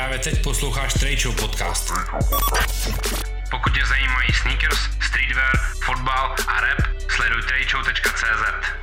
Právě teď posloucháš Trade Show podcast. Pokud tě zajímají sneakers, streetwear, fotbal a rap, sleduj tradeshow.cz.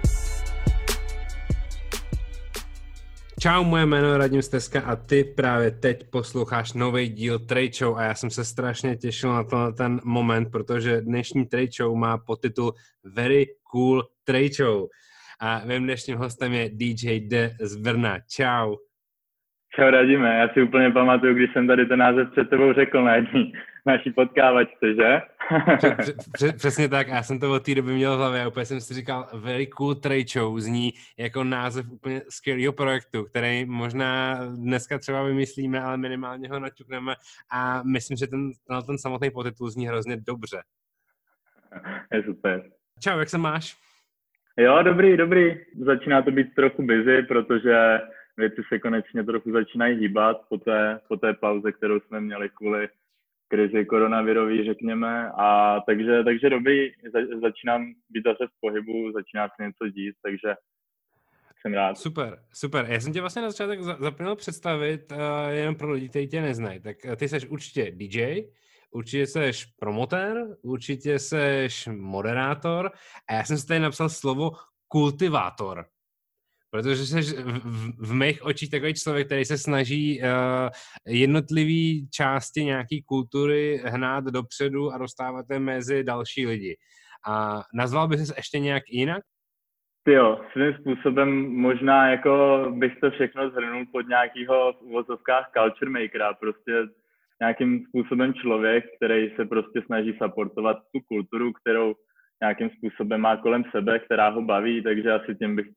Čau, moje jméno je Radim Stezka a ty právě teď posloucháš nový díl Trade Show a já jsem se strašně těšil na ten moment, protože dnešní Trade Show má podtitul Very Cool Trade Show. A mým dnešním hostem je DJ D z Brna. Čau. Čau Radime, já si úplně pamatuju, když jsem tady ten název před tebou řekl na jedný naší potkávačce, že? Přesně tak, já jsem to od té doby měl v hlavě a úplně jsem si říkal Very Cool Trade Show, zní jako název úplně skvělého projektu, který možná dneska třeba vymyslíme, ale minimálně ho naťukneme a myslím, že ten samotný podtitul zní hrozně dobře. Je super. Čau, jak se máš? Jo, dobrý. Začíná to být trochu busy, protože věci se konečně trochu začínají hýbat po té pauze, kterou jsme měli kvůli krizi koronavirový, řekněme. A takže dobrý, začínám být zase v pohybu, začíná se něco dít, takže jsem rád. Super. Já jsem tě vlastně na začátek zapomněl představit, jenom pro lidi, kteří tě neznají. Tak ty jsi určitě DJ, určitě seš promotér, určitě seš moderátor a já jsem si tady napsal slovo kultivátor. Protože jsi v mých očích takový člověk, který se snaží jednotlivý části nějaký kultury hnát dopředu a dostávat je mezi další lidi. A nazval bys se ještě nějak jinak? Jo, svým způsobem možná jako bych to všechno shrnul pod nějakýho v uvozovkách culture makera, prostě nějakým způsobem člověk, který se prostě snaží supportovat tu kulturu, kterou nějakým způsobem má kolem sebe, která ho baví, takže asi tím bych to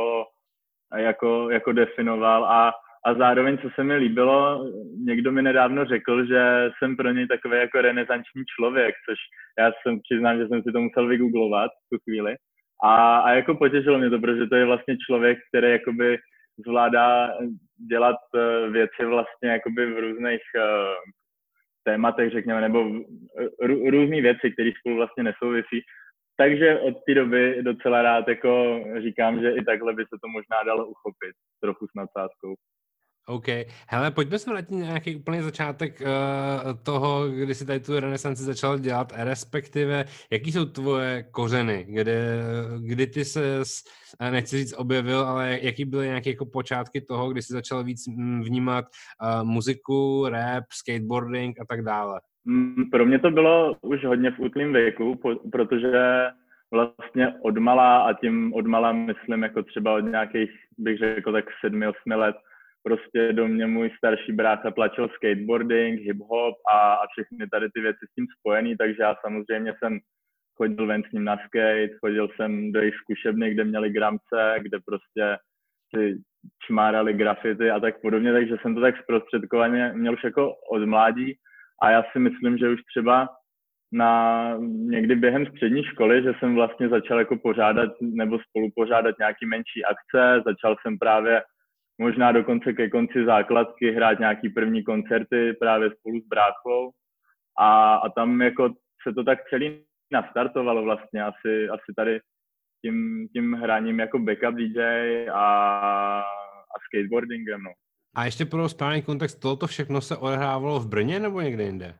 jako definoval a zároveň, co se mi líbilo, někdo mi nedávno řekl, že jsem pro něj takový jako renesanční člověk, což já jsem přiznám, že jsem si to musel vygooglovat v tu chvíli a jako potěšilo mě to, protože to je vlastně člověk, který jakoby zvládá dělat věci vlastně jakoby v různých tématech, řekněme, nebo různý věci, které spolu vlastně nesouvisí. Takže od té doby docela rád jako říkám, že i takhle by se to možná dalo uchopit, trochu s nadsázkou. OK. Hele, pojďme se vrátit nějaký úplný začátek toho, kdy si tady tu renesanci začal dělat, respektive jaký jsou tvoje kořeny, kdy ty ses, nechci říct objevil, ale jaký byly nějaké jako počátky toho, kdy jsi začal víc vnímat muziku, rap, skateboarding a tak dále? Pro mě to bylo už hodně v útlým věku, protože vlastně odmala, a tím odmala myslím jako třeba od nějakých, bych řekl tak 7-8 let, prostě do mě můj starší brácha tlačil skateboarding, hip-hop a všechny tady ty věci s tím spojený, takže já samozřejmě jsem chodil ven s ním na skate, chodil jsem do jejich zkušebny, kde měli gramce, kde prostě si čmárali grafity a tak podobně, takže jsem to tak zprostředkovaně měl už jako od mládí. A já si myslím, že už třeba někdy během střední školy, že jsem vlastně začal jako pořádat nebo spolupořádat nějaký menší akce, začal jsem právě možná dokonce ke konci základky hrát nějaký první koncerty právě spolu s bráchou a tam jako se to tak celý nastartovalo vlastně asi tady tím hraním jako backup DJ a skateboardingem, no. A ještě pro správný kontext, tohoto všechno se odehrávalo v Brně nebo někde jinde?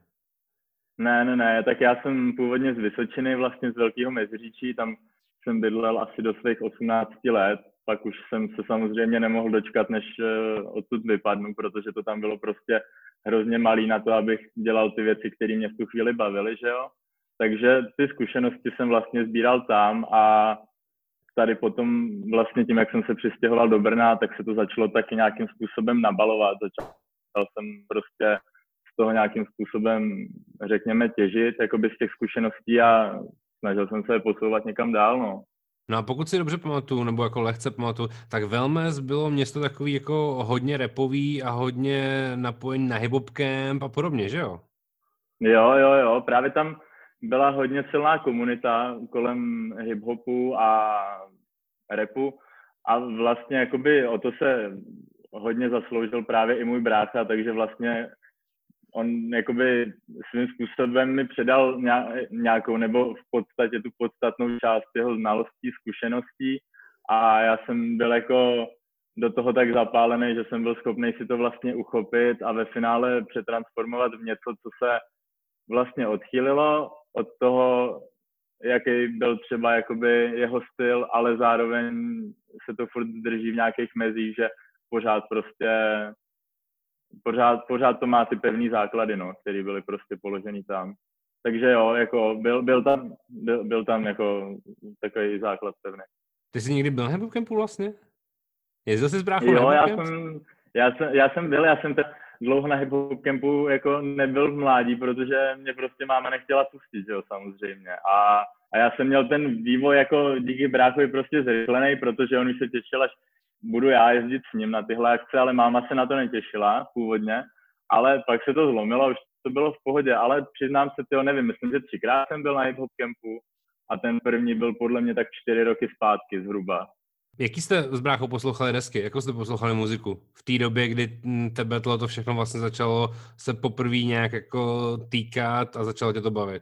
Ne, tak já jsem původně z Vysočiny, vlastně z Velkého Meziříčí, tam jsem bydlel asi do svých 18 let, pak už jsem se samozřejmě nemohl dočkat, než odtud vypadnu, protože to tam bylo prostě hrozně malý na to, abych dělal ty věci, které mě v tu chvíli bavily, že jo. Takže ty zkušenosti jsem vlastně sbíral tam a tady potom vlastně tím, jak jsem se přistěhoval do Brna, tak se to začalo taky nějakým způsobem nabalovat. Začal jsem prostě z toho nějakým způsobem, řekněme, těžit jakoby z těch zkušeností a snažil jsem se posouvat někam dál, no. No a pokud si dobře pamatuju, nebo jako lehce pamatuju, tak Velmes bylo město takový jako hodně rapový a hodně napojený na hip-hop camp a podobně, že jo? Jo, právě tam byla hodně silná komunita kolem hip-hopu a rapu a vlastně jakoby o to se hodně zasloužil právě i můj brácha, takže vlastně on jakoby svým způsobem mi předal nějakou nebo v podstatě tu podstatnou část jeho znalostí, zkušeností a já jsem byl jako do toho tak zapálený, že jsem byl schopný si to vlastně uchopit a ve finále přetransformovat v něco, co se vlastně odchýlilo od toho, jaký byl třeba jakoby jeho styl, ale zároveň se to furt drží v nějakých mezích, že pořád prostě pořád to má ty pevný základy, no, které byly prostě položený tam. Takže jo, jako byl tam jako takový základ pevný. Ty jsi někdy byl na Hip Hop Campu vlastně? Jezdil jsi s bráchou Jo, na Hip Hop Camp? já jsem dlouho na Hip Hop Campu jako nebyl v mládí, protože mě prostě máma nechtěla pustit, jo, samozřejmě. A já jsem měl ten vývoj jako díky bráchovi prostě zrychlený, protože on už se těšil, až budu já jezdit s ním na tyhle akce, ale máma se na to netěšila původně, ale pak se to zlomilo, už to bylo v pohodě, ale přiznám se, tyjo, nevím, myslím, že 3krát jsem byl na Hip Hop Campu a ten první byl podle mě tak 4 roky zpátky zhruba. Jaký jste s bráchou poslouchali desky? Jakou jste poslouchali muziku? V té době, kdy tebe to všechno vlastně začalo se poprvé nějak jako týkat a začalo tě to bavit?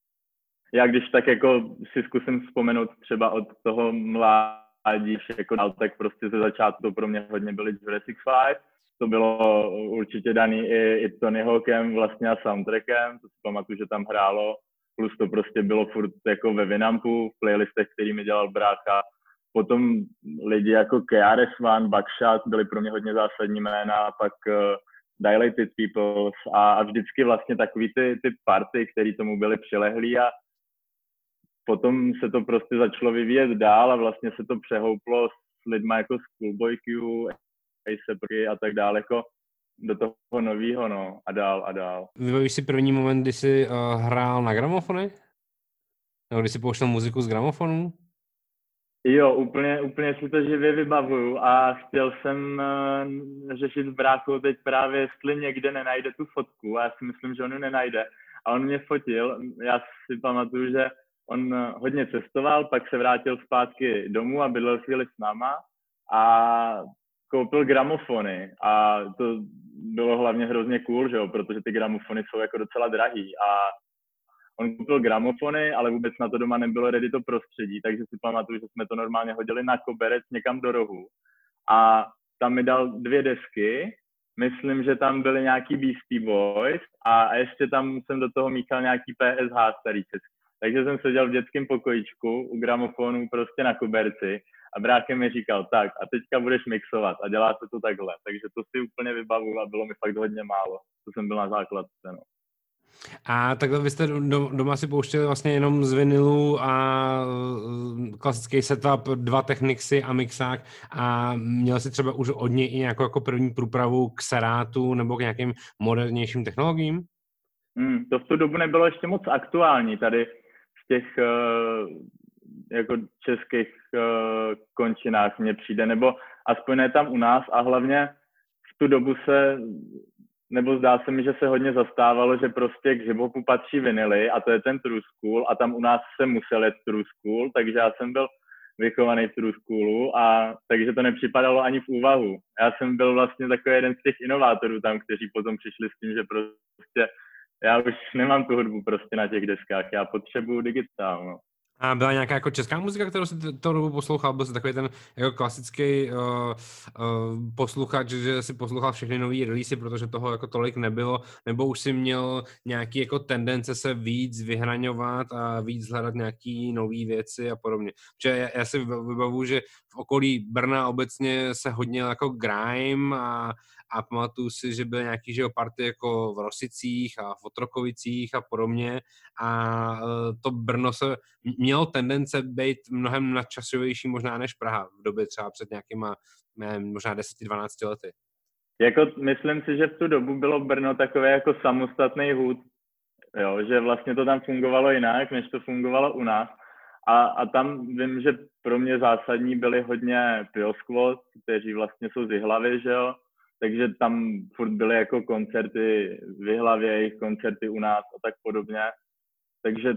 Já když tak jako si zkusím vzpomenout třeba od toho mládí jako dál, tak prostě ze začátku to pro mě hodně byly Jurassic 5. To bylo určitě daný i Tony Hawkem vlastně a soundtrackem, to si pamatuju, že tam hrálo. Plus to prostě bylo furt jako ve Winampu, v playlistech, který mi dělal brácha. Potom lidi jako KRS-One, Buckshot byli pro mě hodně zásadní jména, pak Dilated Peoples a vždycky vlastně takový ty party, které tomu byly přilehlý a potom se to prostě začalo vyvíjet dál a vlastně se to přehouplo s lidma jako Schoolboy Q, A$AP a tak dále, jako do toho novýho, no, a dál. Vybavíš si první moment, kdy jsi hrál na gramofony? Nebo kdy jsi pouštěl muziku z gramofonů? Jo, úplně si to živě vybavuju a chtěl jsem řešit s bráchou teď právě, jestli někde nenajde tu fotku a já si myslím, že on ji nenajde. A on mě fotil, já si pamatuju, že on hodně cestoval, pak se vrátil zpátky domů a bydlel chvíli s náma a koupil gramofony a to bylo hlavně hrozně cool, že jo, protože ty gramofony jsou jako docela drahý a on koupil gramofony, ale vůbec na to doma nebylo ready to prostředí, takže si pamatuju, že jsme to normálně hodili na koberec někam do rohu. A tam mi dal 2 desky, myslím, že tam byly nějaký Beastie Boys a ještě tam jsem do toho míchal nějaký PSH starý český. Takže jsem seděl v dětském pokojíčku u gramofonu prostě na koberci a brácha mi říkal, tak a teďka budeš mixovat a dělá se to takhle. Takže to si úplně vybavuju a bylo mi fakt hodně málo. To jsem byl na základce, no. A takhle vy jste doma si pouštěli vlastně jenom z vinilu a klasický setup, 2 Technicsy a mixák a měl si třeba už od něj i nějakou jako první průpravu k serátu nebo k nějakým modernějším technologiím? To v tu dobu nebylo ještě moc aktuální tady v těch jako českých končinách mně přijde, nebo aspoň ne tam u nás a hlavně v tu dobu nebo zdá se mi, že se hodně zastávalo, že prostě k hip-hopu patří vinily a to je ten true school a tam u nás se musel jet true school, takže já jsem byl vychovaný v true schoolu a takže to nepřipadalo ani v úvahu. Já jsem byl vlastně takový jeden z těch inovátorů tam, kteří potom přišli s tím, že prostě já už nemám tu hudbu prostě na těch deskách, já potřebuju digitál, no. A byla nějaká jako česká muzika, kterou jsi tou dobu poslouchal? Byl jsi takový ten jako klasický posluchač, že si poslouchal všechny nový releasy, protože toho jako tolik nebylo, nebo už si měl nějaký jako tendence se víc vyhraňovat a víc hledat nějaký nový věci a podobně. Protože já si vybavuju, že v okolí Brna obecně se hodně jako grime a pamatuju si, že byly nějaký že party jako v Rosicích a v Otrokovicích a podobně a to Brno se mělo tendence být mnohem nadčasovější možná než Praha v době třeba před nějakýma možná 10-12 lety. Jako myslím si, že v tu dobu bylo Brno takové jako samostatný hud, jo, že vlastně to tam fungovalo jinak, než to fungovalo u nás. A tam vím, že pro mě zásadní byly hodně Pure Squad, kteří vlastně jsou z Jihlavy, že jo, takže tam furt byly jako koncerty v Jihlavě, jejich koncerty u nás a tak podobně. Takže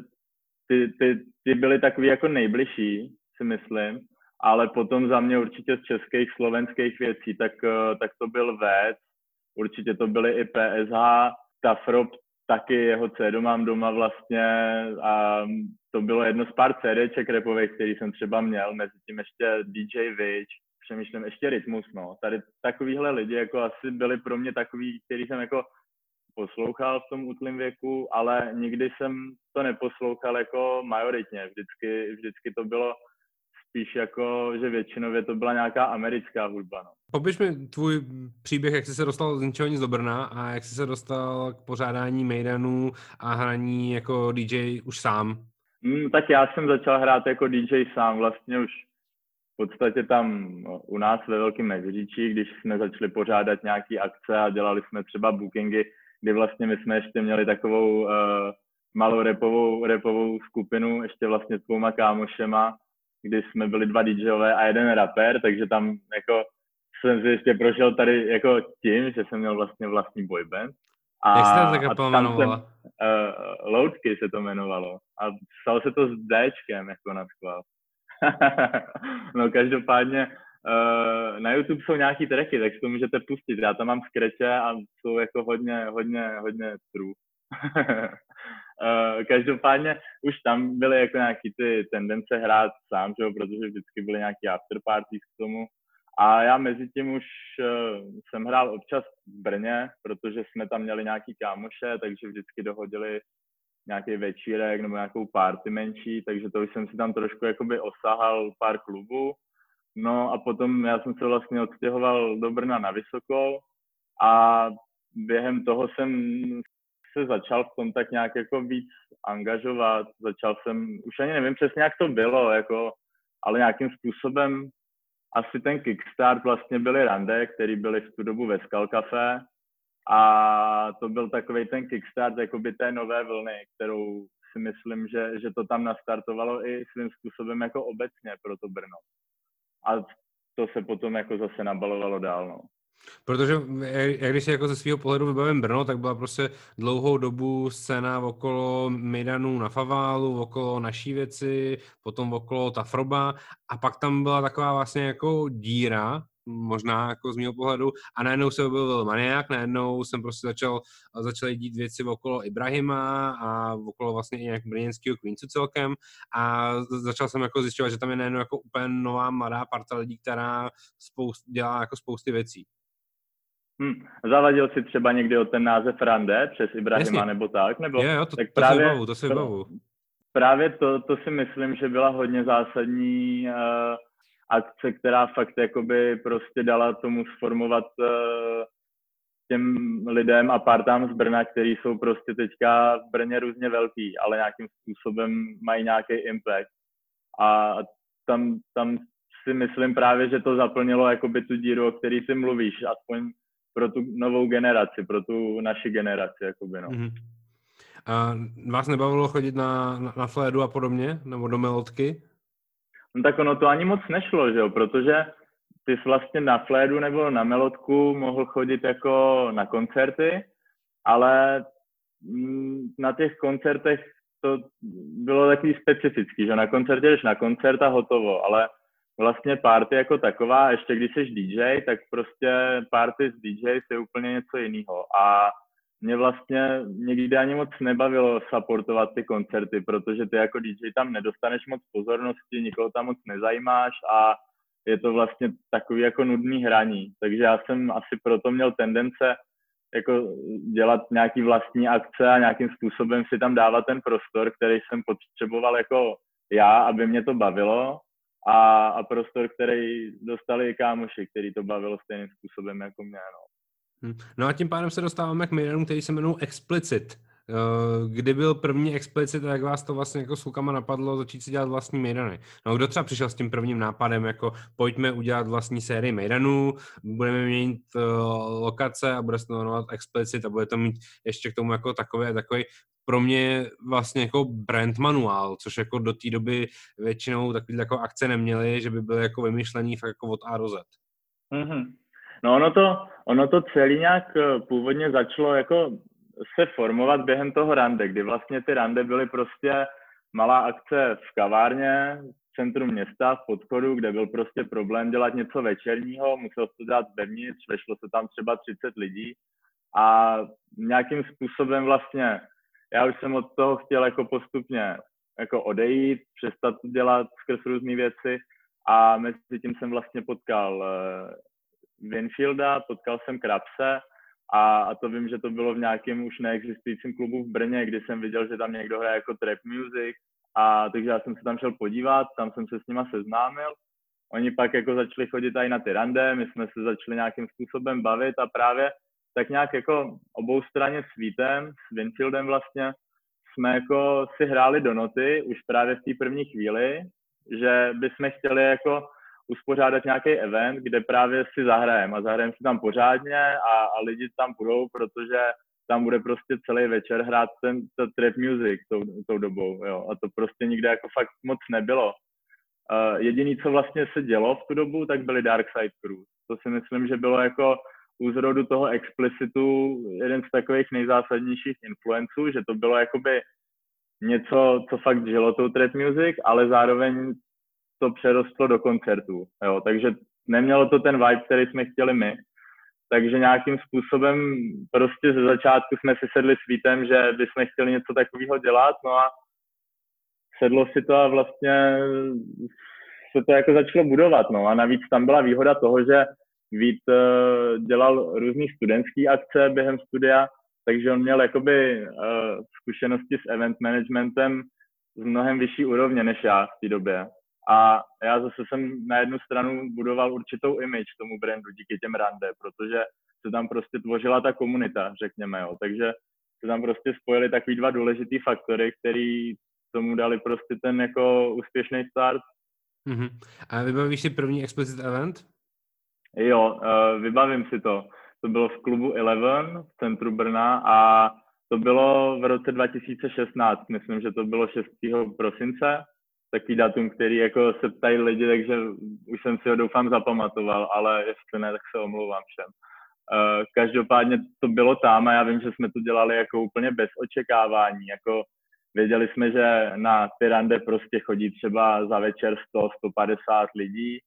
ty byly takový jako nejbližší, si myslím, ale potom za mě určitě z českých, slovenských věcí, tak to byl Vec, určitě to byly i PSH, Tafrop, taky jeho CD mám doma vlastně a to bylo jedno z pár CDček rapových, který jsem třeba měl, mezi tím ještě DJ Witch, přemýšlím, ještě Rytmus, no. Tady takovýhle lidi jako asi byli pro mě takový, který jsem jako poslouchal v tom útlém věku, ale nikdy jsem to neposlouchal jako majoritně. Vždycky to bylo spíš jako, že většinově to byla nějaká americká hudba, no. Popiš mi tvůj příběh, jak jsi se dostal z ničeho nic do Brna a jak jsi se dostal k pořádání mejdanů a hraní jako DJ už sám. Tak já jsem začal hrát jako DJ sám, vlastně už v podstatě tam u nás ve Velkém Meziříčí, když jsme začali pořádat nějaký akce a dělali jsme třeba bookingy, kdy vlastně my jsme ještě měli takovou malou rapovou skupinu, ještě vlastně s 2 kámošema, kdy jsme byli 2 DJové a 1 rapper, takže tam jako jsem si ještě prošel tady jako tím, že jsem měl vlastně vlastní boyband. Jak se ta kapela jmenovala? Loudky se to jmenovalo. A psal se to s Dčkem, jako na schvál. No každopádně na YouTube jsou nějaký tracky, tak si to můžete pustit. Já tam mám skreče a jsou jako hodně true. Každopádně už tam byly jako nějaký ty tendence hrát sám, že jo, protože vždycky byly nějaký afterparties k tomu. A já mezi tím už jsem hrál občas v Brně, protože jsme tam měli nějaký kámoše, takže vždycky dohodili nějaký večírek nebo nějakou party menší, takže to už jsem si tam trošku jakoby osahal pár klubů. No a potom já jsem se vlastně odstěhoval do Brna na Vysokou a během toho jsem se začal v tom tak nějak jako víc angažovat. Začal jsem, už ani nevím přesně, jak to bylo, jako, ale nějakým způsobem asi ten kickstart vlastně byly rande, který byly v tu dobu ve Skal Café a to byl takovej ten kickstart jakoby té nové vlny, kterou si myslím, že to tam nastartovalo i svým způsobem jako obecně pro to Brno. A to se potom jako zase nabalovalo dál, no. Protože jak když si jako ze svého pohledu vybavím Brno, tak byla prostě dlouhou dobu scéna okolo mejdanů na Faválu, okolo Naší věci, potom okolo Tafroba a pak tam byla taková vlastně jako díra, možná jako z mého pohledu, a najednou se objevil Maniak, najednou jsem prostě začaly dít věci okolo Ibrahima a okolo vlastně i nějak brněnského Queensu celkem a začal jsem jako zjišťovat, že tam je najednou jako úplně nová mladá parta lidí, která dělá jako spousty věcí. Zavadil si třeba někdy o ten název rande přes Ibrahima nebo tak? Nebo, jo, tak to právě, si vybavu. Právě to si myslím, že byla hodně zásadní akce, která fakt jakoby prostě dala tomu sformovat těm lidem a partám z Brna, který jsou prostě teďka v Brně různě velký, ale nějakým způsobem mají nějaký impact. A tam si myslím právě, že to zaplnilo jakoby tu díru, o který ty mluvíš, aspoň pro tu novou generaci, pro tu naši generaci, jakoby, no. Mm-hmm. A vás nebavilo chodit na flédu a podobně, nebo do melodky? No tak ono to ani moc nešlo, že jo, protože ty jsi vlastně na flédu nebo na melodku mohl chodit jako na koncerty, ale na těch koncertech to bylo takový specifický, že na koncertě jdeš na koncert a hotovo, ale vlastně party jako taková, ještě když jsi DJ, tak prostě party s DJ je úplně něco jiného. A mě vlastně nikdy ani moc nebavilo supportovat ty koncerty, protože ty jako DJ tam nedostaneš moc pozornosti, nikoho tam moc nezajímáš a je to vlastně takový jako nudný hraní. Takže já jsem asi proto měl tendence jako dělat nějaký vlastní akce a nějakým způsobem si tam dávat ten prostor, který jsem potřeboval jako já, aby mě to bavilo a prostor, který dostali i kámoši, který to bavilo stejným způsobem jako mě, no. No a tím pádem se dostáváme k mejdanům, který se jmenují Explicit. Kdy byl první Explicit a jak vás to vlastně jako s klukama napadlo začít si dělat vlastní mejdany? No kdo třeba přišel s tím prvním nápadem, jako pojďme udělat vlastní sérii mejdanů, budeme mít lokace a bude se to jmenovat Explicit a bude to mít ještě k tomu jako takový pro mě vlastně jako brand manuál, což jako do té doby většinou takový jako akce neměly, že by byly jako vymyšlený fakt jako od A do Z. Mm-hmm. No ono to celý nějak původně začalo jako se formovat během toho rande, kdy vlastně ty rande byly prostě malá akce v kavárně, v centru města, v podchodu, kde byl prostě problém dělat něco večerního, musel se to dělat vevnitř, vešlo se tam třeba 30 lidí a nějakým způsobem vlastně, já už jsem od toho chtěl jako postupně jako odejít, přestat dělat skrz různé věci a mezi tím jsem vlastně potkal Winfielda, potkal jsem Krabse a to vím, že to bylo v nějakém už neexistujícím klubu v Brně, kdy jsem viděl, že tam někdo hraje jako trap music, a takže já jsem se tam šel podívat, tam jsem se s nima seznámil. Oni pak jako začali chodit i na ty rande, my jsme se začali nějakým způsobem bavit a právě tak nějak jako oboustranně s Vítem, s Winfieldem vlastně, jsme jako si hráli do noty už právě v té první chvíli, že bychom chtěli jako uspořádat nějaký event, kde právě si zahrajeme a zahrajeme si tam pořádně a lidi tam budou, protože tam bude prostě celý večer hrát to trap music tou dobou, jo. A to prostě nikde jako fakt moc nebylo. Jediný, co vlastně se dělo v tu dobu, tak byly Dark Side Crew. To si myslím, že bylo jako u zrodu toho Explicitu jeden z takových nejzásadnějších influenců, že to bylo jakoby něco, co fakt žilo tou trap music, ale zároveň to přerostlo do koncertů, jo. Takže nemělo to ten vibe, který jsme chtěli my. Takže nějakým způsobem prostě ze začátku jsme si sedli s Vítem, že bychom chtěli něco takového dělat, no a sedlo si to a vlastně se to jako začalo budovat, no a navíc tam byla výhoda toho, že Vít dělal různý studentský akce během studia, takže on měl jakoby zkušenosti s event managementem z mnohem vyšší úrovně než já v té době. A já zase jsem na jednu stranu budoval určitou image tomu brandu díky těm rande, protože se tam prostě tvořila ta komunita, řekněme, jo. Takže se tam prostě spojili takový dva důležitý faktory, který tomu dali prostě ten jako úspěšný start. Mm-hmm. A vybavíš si první explicit event? Jo, vybavím si to. To bylo v klubu Eleven v centru Brna a to bylo v roce 2016, myslím, že to bylo 6. prosince. Takový datum, který jako se ptají lidi, takže už jsem si ho doufám zapamatoval, ale jestli ne, tak se omlouvám všem. Každopádně to bylo tam a já vím, že jsme to dělali jako úplně bez očekávání. Jako věděli jsme, že na ty rande prostě chodí třeba za večer 100-150 lidí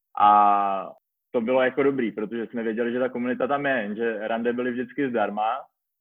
a to bylo jako dobrý, protože jsme věděli, že ta komunita tam je, že rande byly vždycky zdarma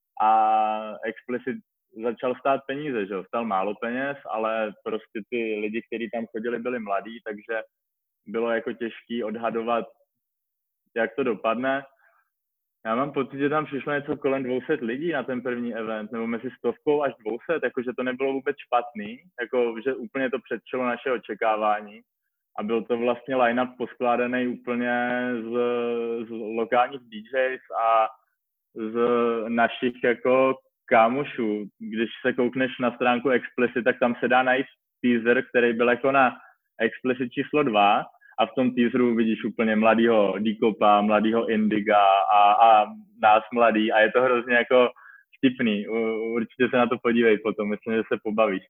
a Explicit začal stát peníze, že jo, stál málo peněz, ale prostě ty lidi, kteří tam chodili, byli mladí, takže bylo jako těžký odhadovat, jak to dopadne. Já mám pocit, že tam přišlo něco kolem 200 lidí na ten první event, nebo mezi 100 až 200, jakože to nebylo vůbec špatný, jako že úplně to předčilo naše očekávání. A byl to vlastně line-up poskládaný úplně z lokálních DJs a z našich jako kámošů. Když se koukneš na stránku Explicit, tak tam se dá najít teaser, který byl jako na Explicit číslo 2 a v tom teaseru vidíš úplně mladýho Dikopa, mladýho Indiga a nás mladý a je to hrozně jako vtipný. Určitě se na to podívej potom, myslím, že se pobavíš.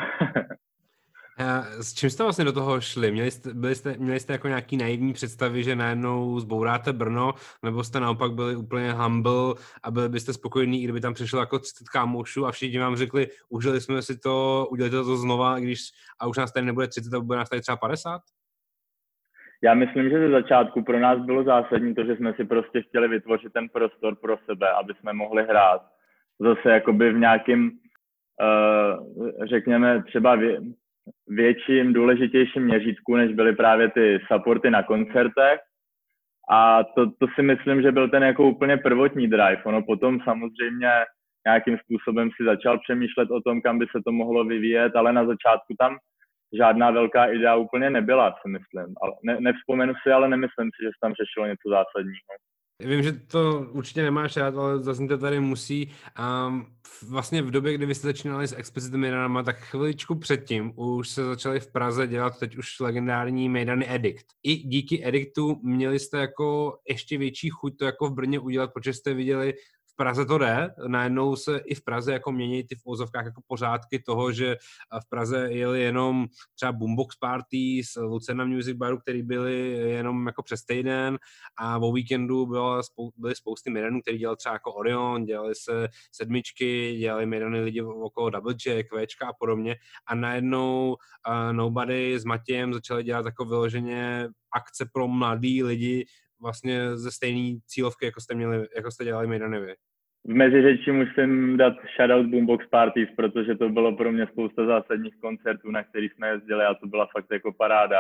S čím jste vlastně do toho šli? Měli jste jako nějaký naivní představy, že najednou zbouráte Brno, nebo jste naopak byli úplně humble a byli byste spokojení, kdyby tam přišlo jako 30 kámošů a všichni vám řekli, užili jsme si to, udělejte to znova, a už nás tady nebude 30, a bude nás tady třeba 50? Já myslím, že ze začátku pro nás bylo zásadní to, že jsme si prostě chtěli vytvořit ten prostor pro sebe, aby jsme mohli hrát zase jakoby v nějakým, řekněme třeba větším, důležitějším měřítku, než byly právě ty supporty na koncertech. A to si myslím, že byl ten jako úplně prvotní drive. Ono potom samozřejmě nějakým způsobem si začal přemýšlet o tom, kam by se to mohlo vyvíjet, ale na začátku tam žádná velká idea úplně nebyla, si myslím. Ale nevzpomenu si, ale nemyslím si, že se tam řešilo něco zásadního. Vím, že to určitě nemáš rád, ale zase to tady musí. Vlastně v době, kdy vy jste začínali s Explicit Mejdanama, tak chviličku předtím už se začali v Praze dělat teď už legendární mejdany Edict. I díky Edictu měli jste jako ještě větší chuť to jako v Brně udělat, protože jste viděli, v Praze to jde, najednou se i v Praze jako mění ty v ozovkách jako pořádky toho, že v Praze jeli jenom třeba boombox parties, Lucena Music Baru, který byly jenom jako přes týden a o víkendu byly spousty mejdanů, který dělal třeba jako Orion, dělali se sedmičky, dělali mejdany lidi okolo Double Jack, Včka a podobně a najednou Nobody s Matějem začali dělat jako vyloženě akce pro mladý lidi, vlastně ze stejné cílovky, jako jste dělali mejdany vy. V meziřečí musím dát shoutout Boombox Parties, protože to bylo pro mě spousta zásadních koncertů, na kterých jsme jezdili a to byla fakt jako paráda.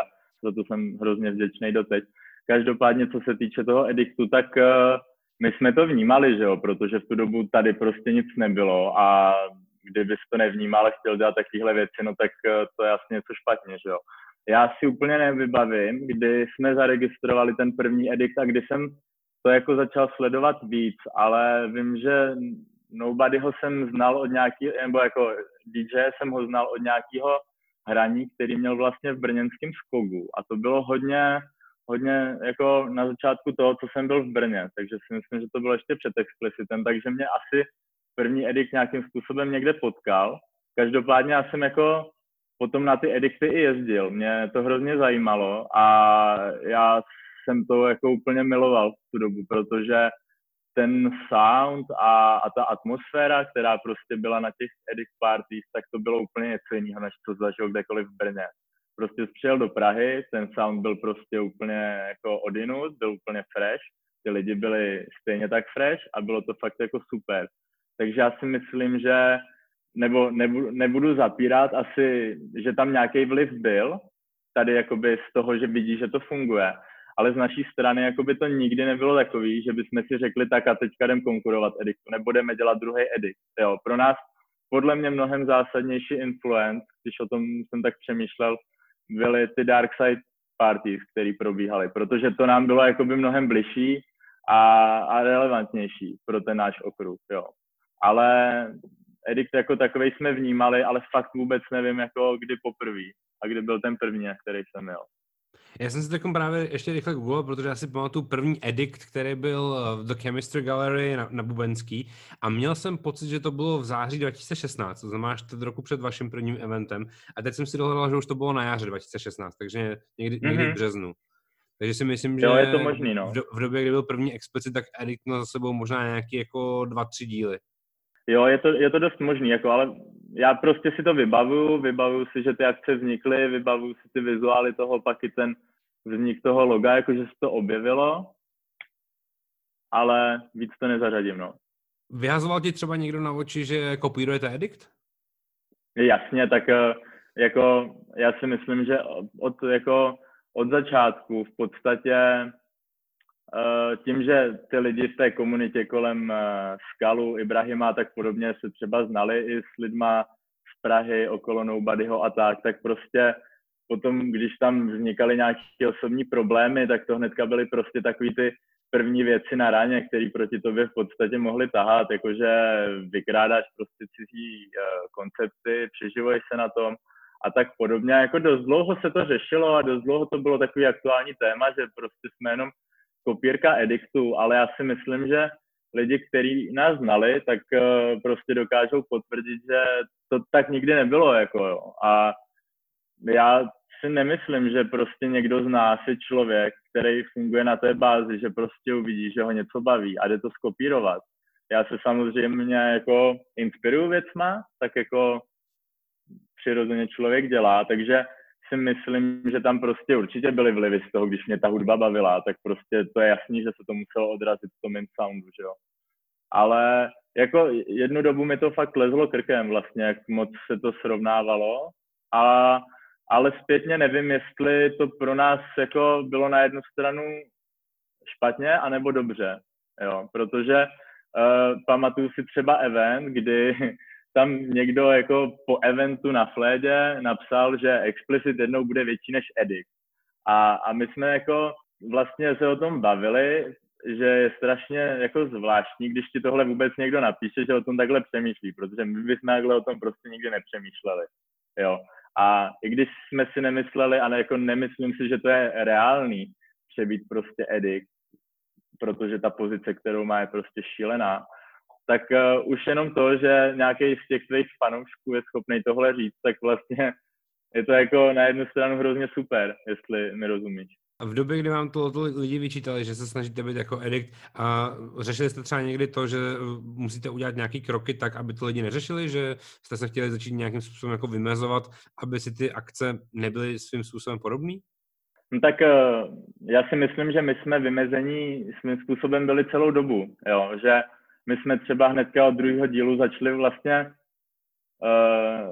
za to jsem hrozně vděčný doteď. Každopádně, co se týče toho ediktu, tak my jsme to vnímali, že jo, protože v tu dobu tady prostě nic nebylo a kdybys to nevnímal a chtěl dělat takovéhle věci, no tak to je jasně něco špatně, že jo. Já si úplně nevybavím, kdy jsme zaregistrovali ten první edikt a kdy jsem to jako začal sledovat víc, ale vím, že Nobodyho jsem znal od nějaký, nebo jako DJ jsem ho znal od nějakého hraní, který měl vlastně v brněnském Skogu a to bylo hodně jako na začátku toho, co jsem byl v Brně, takže si myslím, že to bylo ještě před Explicitem, takže mě asi první edikt nějakým způsobem někde potkal. Každopádně já jsem jako potom na ty edikty i jezdil, mě to hrozně zajímalo a já jsem to jako úplně miloval v tu dobu, protože ten sound a ta atmosféra, která prostě byla na těch edict parties, tak to bylo úplně něco jiného, než co zažil kdekoliv v Brně. Prostě přijel do Prahy, ten sound byl prostě úplně jako odinut, byl úplně fresh, ty lidi byli stejně tak fresh a bylo to fakt jako super. Takže já si myslím, že nebudu zapírat asi, že tam nějaký vliv byl, tady jakoby z toho, že vidí, že to funguje, ale z naší strany jakoby to nikdy nebylo takový, že bychom si řekli tak a teďka jdem konkurovat ediktu, nebudeme dělat druhý edikt. Jo, pro nás podle mě mnohem zásadnější influence, když o tom jsem tak přemýšlel, byly ty Dark Side parties, které probíhaly, protože to nám bylo jakoby mnohem bližší a relevantnější pro ten náš okruh, jo. Ale edikt jako takovej jsme vnímali, ale fakt vůbec nevím, jako kdy poprvé a kdy byl ten první, na který jsem jel. Já jsem si takom právě ještě rychle googlil, protože já si pamatuju první edikt, který byl v The Chemistry Gallery na Bubenský a měl jsem pocit, že to bylo v září 2016, to znamená 4 roku před vaším prvním eventem a teď jsem si dohledal, že už to bylo na jaře 2016, takže někdy v březnu. Takže si myslím, že je to možný, no. v době, kdy byl první Explicit, tak edikt měl za sebou možná nějaký jako 2-3 díly. Jo, je to dost možný, jako, ale já prostě si to vybavuju si, že ty akce vznikly, vybavuju si ty vizuály toho, pak i ten vznik toho loga, jakože se to objevilo, ale víc to nezařadím, no. Vyhazoval ti třeba někdo na oči, že kopírujete edikt? Jasně, tak jako já si myslím, že od začátku v podstatě tím, že ty lidi v té komunitě kolem Skalu, Ibrahima a tak podobně se třeba znali i s lidma z Prahy, okolo Nobodyho a tak prostě potom, když tam vznikaly nějaké osobní problémy, tak to hnedka byly prostě takový ty první věci na raně, které proti tobě v podstatě mohly tahat, jakože vykrádáš prostě cizí koncepty, přeživuješ se na tom a tak podobně. Jako dost dlouho se to řešilo a dost dlouho to bylo takový aktuální téma, že prostě jsme jenom kopírka ediktu, ale já si myslím, že lidi, kteří nás znali, tak prostě dokážou potvrdit, že to tak nikdy nebylo, jako jo. A já si nemyslím, že prostě někdo z nás je člověk, který funguje na té bázi, že prostě uvidí, že ho něco baví a jde to skopírovat. Já se samozřejmě jako inspiruju věcma, tak jako přirozeně člověk dělá, takže si myslím, že tam prostě určitě byly vlivy z toho, když mě ta hudba bavila, tak prostě to je jasný, že se to muselo odrazit v tom soundu, že jo. Ale jako jednu dobu mi to fakt lezlo krkem vlastně, jak moc se to srovnávalo, ale zpětně nevím, jestli to pro nás jako bylo na jednu stranu špatně, anebo dobře, jo, protože pamatuju si třeba event, kdy tam někdo jako po eventu na Flédě napsal, že Explicit jednou bude větší než Edict. A my jsme jako vlastně se o tom bavili, že je strašně jako zvláštní, když ti tohle vůbec někdo napíše, že o tom takhle přemýšlí, protože my bychom takhle o tom prostě nikdy nepřemýšleli, jo. A i když jsme si nemysleli, ale jako nemyslím si, že to je reálný přebít prostě Edict, protože ta pozice, kterou má, je prostě šílená, tak už jenom to, že nějaký z těch tvých fanoušků je schopný tohle říct, tak vlastně je to jako na jednu stranu hrozně super, jestli mi rozumíš. A v době, kdy vám to lidi vyčítali, že se snažíte být jako edikt, a řešili jste třeba někdy to, že musíte udělat nějaký kroky tak, aby to lidi neřešili, že jste se chtěli začít nějakým způsobem jako vymezovat, aby si ty akce nebyly svým způsobem podobný? No tak já si myslím, že my jsme vymezení svým způsobem byli celou dobu, jo, že my jsme třeba hnedka od druhého dílu začali vlastně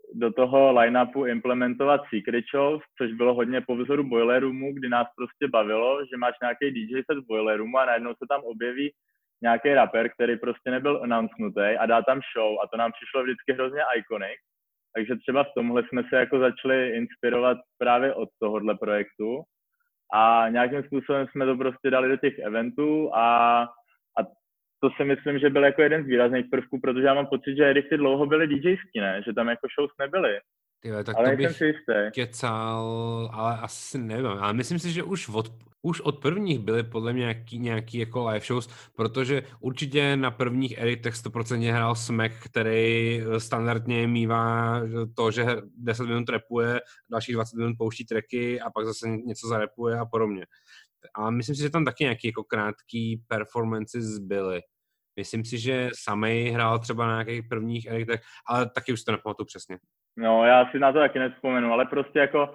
do toho line-upu implementovat Secret Shows, což bylo hodně po vzoru Boiler Roomu, kdy nás prostě bavilo, že máš nějaký DJ set v Boiler Roomu a najednou se tam objeví nějaký rapper, který prostě nebyl announcenutý a dá tam show a to nám přišlo vždycky hrozně iconic. Takže třeba v tomhle jsme se jako začali inspirovat právě od tohohle projektu a nějakým způsobem jsme to prostě dali do těch eventů a to si myslím, že byl jako jeden z výrazných prvků, protože já mám pocit, že edikty dlouho byly DJský, ne? Že tam jako shows nebyly. Tyhle, tak Ale to nejsem bych si jistý. kecal, ale asi nevím. Ale myslím si, že už od prvních byly podle mě nějaký jako live shows, protože určitě na prvních editech 100% hrál Smack, který standardně mívá to, že 10 minut rapuje, dalších 20 minut pouští tracky a pak zase něco zarepuje a podobně. A myslím si, že tam taky nějaký jako krátký performances byly. Myslím si, že samej hrál třeba na nějakých prvních editech, ale taky už to nepamatuju přesně. No, já si na to taky nevzpomenu, ale prostě jako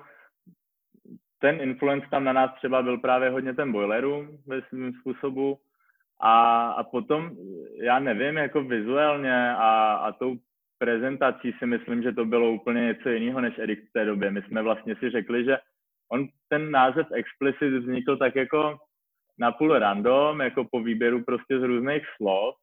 ten influence tam na nás třeba byl právě hodně ten Boiler Room ve svým způsobu a potom, já nevím, jako vizuálně a tou prezentací si myslím, že to bylo úplně něco jiného než Edict v té době. My jsme vlastně si řekli, že ten název Explicit vznikl tak jako napůl random, jako po výběru prostě z různých slov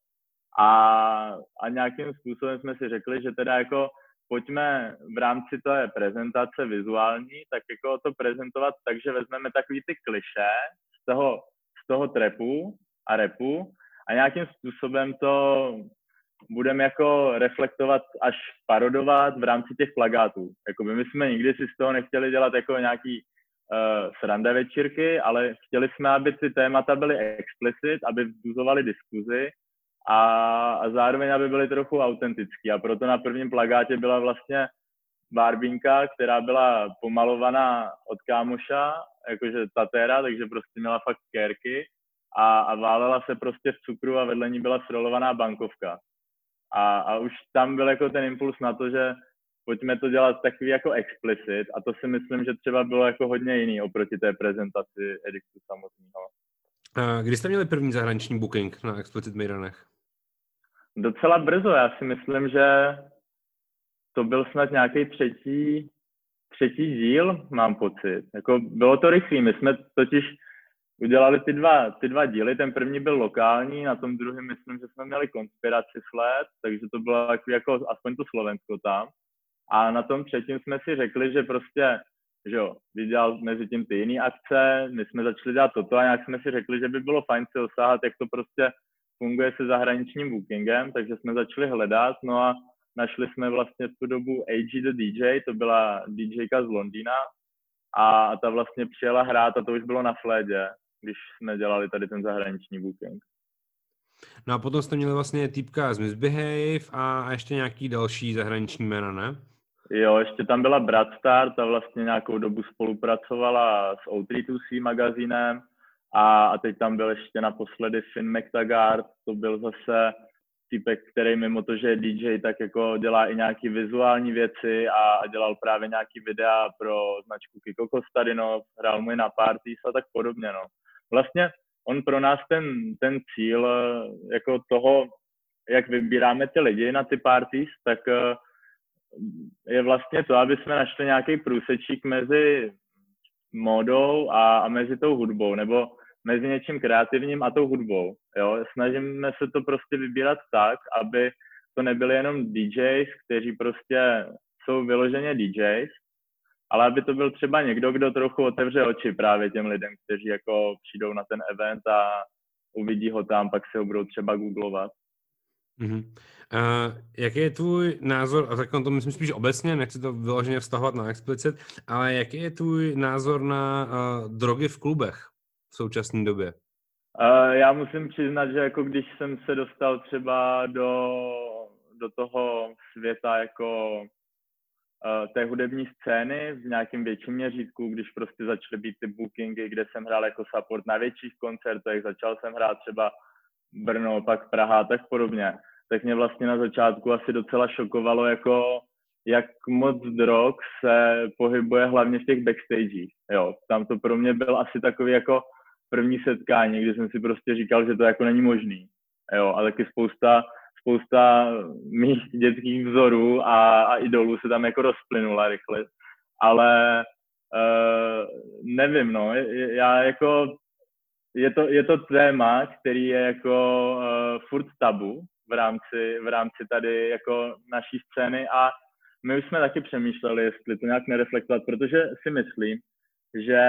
a nějakým způsobem jsme si řekli, že teda jako pojďme v rámci té prezentace vizuální, tak jako to prezentovat tak, že vezmeme takový ty klišé z toho trapu a rapu a nějakým způsobem to budeme jako reflektovat až parodovat v rámci těch plakátů. Jakoby my jsme nikdy si z toho nechtěli dělat jako nějaký sranda večírky, ale chtěli jsme, aby ty témata byly explicit, aby vzbuzovaly diskuzi a zároveň, aby byly trochu autentický. A proto na prvním plakátě byla vlastně barbínka, která byla pomalovaná od kámoša, jakože tatéra, takže prostě měla fakt kérky a válela se prostě v cukru a vedle ní byla srolovaná bankovka. A už tam byl jako ten impuls na to, že pojďme to dělat takový jako explicit a to si myslím, že třeba bylo jako hodně jiný oproti té prezentaci Edictu samotného. Kdy jste měli první zahraniční booking na Explicit Maidanech? Docela brzo, já si myslím, že to byl snad nějaký třetí díl, mám pocit. Jako bylo to rychlý, my jsme totiž udělali ty dva díly, ten první byl lokální, na tom druhém myslím, že jsme měli konspiraci sled, takže to bylo takový jako aspoň to Slovensko tam. A na tom třetím jsme si řekli, že prostě, že jo, vydělal mezi tím ty jiný akce, my jsme začali dělat toto a nějak jsme si řekli, že by bylo fajn si osáhat, jak to prostě funguje se zahraničním bookingem, takže jsme začali hledat, no a našli jsme vlastně v tu dobu AG the DJ, to byla DJka z Londýna a ta vlastně přijela hrát a to už bylo na Flédě, když jsme dělali tady ten zahraniční booking. No a potom jste měli vlastně týpka z Misbehave a ještě nějaký další zahraniční jména, ne? Jo, ještě tam byla Bradstar, ta vlastně nějakou dobu spolupracovala s O32C magazínem a teď tam byl ještě naposledy Finn McTaggart, to byl zase týpek, který mimo to, že je DJ, tak jako dělá i nějaký vizuální věci a dělal právě nějaký videa pro značku Kiko Kostadinov, hrál mu i na parties a tak podobně, no. Vlastně on pro nás ten cíl jako toho, jak vybíráme ty lidi na ty parties, tak je vlastně to, aby jsme našli nějaký průsečík mezi módou a mezi tou hudbou, nebo mezi něčím kreativním a tou hudbou. Jo? Snažíme se to prostě vybírat tak, aby to nebyly jenom DJs, kteří prostě jsou vyloženě DJs, ale aby to byl třeba někdo, kdo trochu otevře oči právě těm lidem, kteří jako přijdou na ten event a uvidí ho tam, pak si ho budou třeba googlovat. Mm-hmm. Jaký je tvůj názor, a tak to myslím spíš obecně, nechci to vyloženě vztahovat na Explicit, ale jaký je tvůj názor na drogy v klubech v současné době? Já musím přiznat, že jako když jsem se dostal třeba do toho světa jako té hudební scény v nějakém větším měřítku, když prostě začaly být ty bookingy, kde jsem hrál jako support na větších koncertech, začal jsem hrát třeba Brno, pak Praha a tak podobně, tak mě vlastně na začátku asi docela šokovalo, jako jak moc drog se pohybuje hlavně v těch backstagech. Jo, tam to pro mě byl asi takový jako první setkání, kdy jsem si prostě říkal, že to jako není možný. Jo, a taky spousta mých dětských vzorů a idolů se tam jako rozplynula rychle. Ale nevím, no, já jako, je to téma, který je jako furt tabu v rámci tady jako naší scény a my už jsme taky přemýšleli, jestli to nějak nereflektovat, protože si myslím, že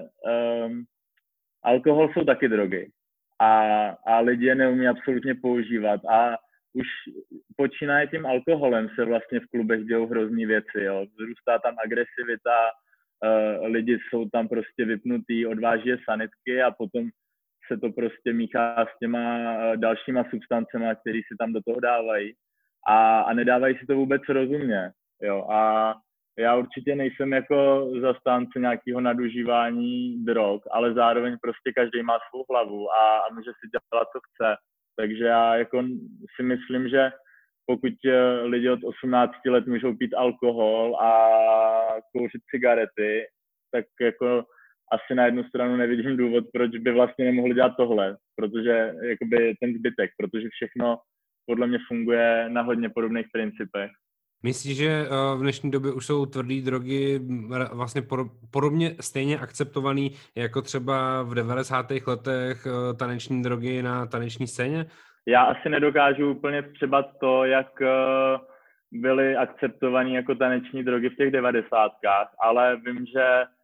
alkohol jsou taky drogy a lidi je neumí absolutně používat a už počínaje tím alkoholem se vlastně v klubech dějou hrozný věci, jo. Vzrůstá tam agresivita, lidi jsou tam prostě vypnutý, odváží je sanitky a potom se to prostě míchá s těma dalšíma substancema, které si tam do toho dávají a nedávají si to vůbec rozumně, jo. A já určitě nejsem jako zastánce nějakého nadužívání drog, ale zároveň prostě každý má svou hlavu a může si dělat, co chce. Takže já jako si myslím, že pokud lidi od 18 let můžou pít alkohol a kouřit cigarety, tak jako asi na jednu stranu nevidím důvod, proč by vlastně nemohli dělat tohle, protože jakoby ten zbytek, protože všechno podle mě funguje na hodně podobných principech. Myslíš, že v dnešní době už jsou tvrdé drogy vlastně podobně stejně akceptovaný jako třeba v 90. letech taneční drogy na taneční scéně? Já asi nedokážu úplně třeba to, jak byly akceptovaný jako taneční drogy v těch 90. ale vím, že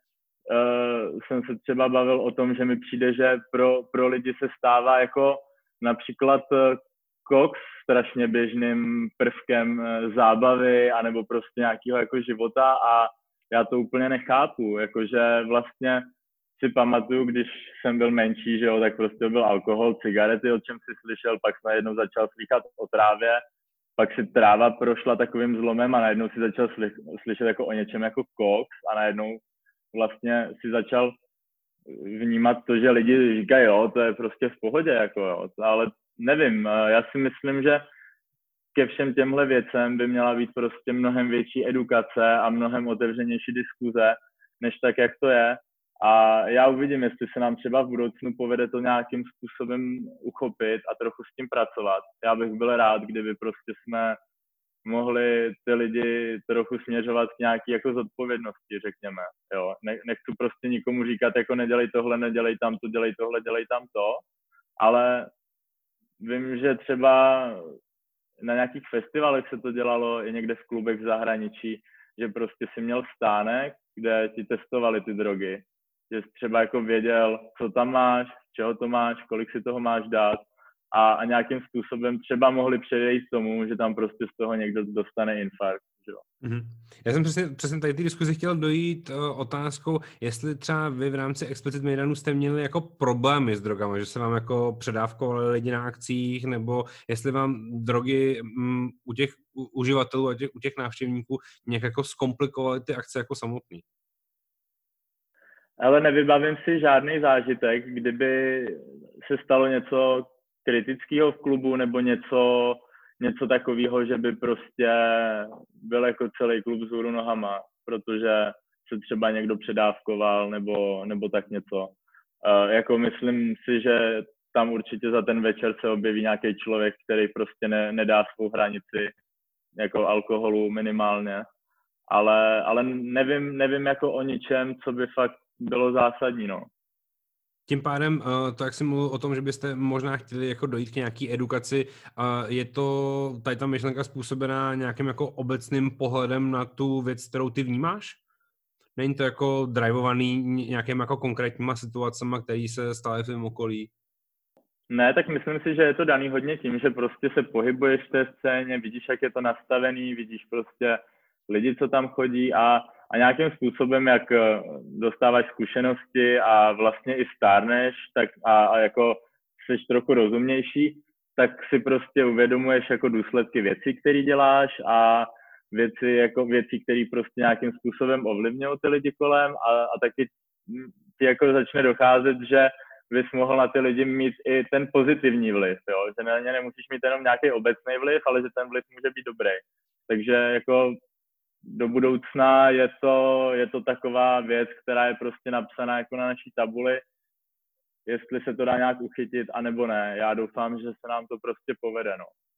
jsem se třeba bavil o tom, že mi přijde, že pro lidi se stává jako například koks strašně běžným prvkem zábavy anebo prostě nějakého jako života a já to úplně nechápu, jakože vlastně si pamatuju, když jsem byl menší, že jo, tak prostě byl alkohol, cigarety, o čem si slyšel, pak jsem najednou začal slychat o trávě, pak si tráva prošla takovým zlomem a najednou si začal slyšet jako o něčem jako koks a najednou vlastně si začal vnímat to, že lidi říkají, jo, to je prostě v pohodě, jako jo, ale nevím, já si myslím, že ke všem těmhle věcem by měla být prostě mnohem větší edukace a mnohem otevřenější diskuze, než tak, jak to je. A já uvidím, jestli se nám třeba v budoucnu povede to nějakým způsobem uchopit a trochu s tím pracovat. Já bych byl rád, kdyby prostě jsme mohli ty lidi trochu směřovat k nějaký jako zodpovědnosti, řekněme. Jo. Nechci prostě nikomu říkat, jako nedělej tohle, nedělej tamto, dělej tohle, dělej tamto, ale vím, že třeba na nějakých festivalech se to dělalo i někde v klubech v zahraničí, že prostě si měl stánek, kde ti testovali ty drogy. Že jsi třeba jako věděl, co tam máš, čeho to máš, kolik si toho máš dát a nějakým způsobem třeba mohli předejít tomu, že tam prostě z toho někdo dostane infarkt. Mm-hmm. Já jsem přesně tady ty diskuzi chtěl dojít otázkou, jestli třeba vy v rámci Explicit Mejdanu jste měli jako problémy s drogami, že se vám jako předávkovali lidi na akcích, nebo jestli vám drogy u těch uživatelů a u těch návštěvníků nějak jako zkomplikovaly ty akce jako samotný. Ale nevybavím si žádný zážitek, kdyby se stalo něco kritického v klubu nebo něco takového, že by prostě byl jako celý klub vzhůru nohama, protože se třeba někdo předávkoval nebo tak něco. Jako myslím si, že tam určitě za ten večer se objeví nějaký člověk, který prostě nedá svou hranici jako alkoholu minimálně. Ale nevím jako o ničem, co by fakt bylo zásadní, no. Tím pádem, to jak jsi mluvil o tom, že byste možná chtěli jako dojít k nějaký edukaci, je to tady ta myšlenka způsobená nějakým jako obecným pohledem na tu věc, kterou ty vnímáš? Není to jako drivovaný nějakým jako konkrétníma situacemi, které se stály v tvém okolí? Ne, tak myslím si, že je to daný hodně tím, že prostě se pohybuješ v té scéně, vidíš, jak je to nastavený, vidíš prostě lidi, co tam chodí a nějakým způsobem, jak dostáváš zkušenosti a vlastně i stárneš, tak a jako jsi trochu rozumnější, tak si prostě uvědomuješ jako důsledky věcí, které děláš a věci, které prostě nějakým způsobem ovlivňují ty lidi kolem a taky ti jako začne docházet, že bys mohl na ty lidi mít i ten pozitivní vliv, jo? Že na ně nemusíš mít jenom nějaký obecný vliv, ale že ten vliv může být dobrý. Takže jako do budoucna je to taková věc, která je prostě napsaná jako na naší tabuli, jestli se to dá nějak uchytit, anebo ne. Já doufám, že se nám to prostě povede, no.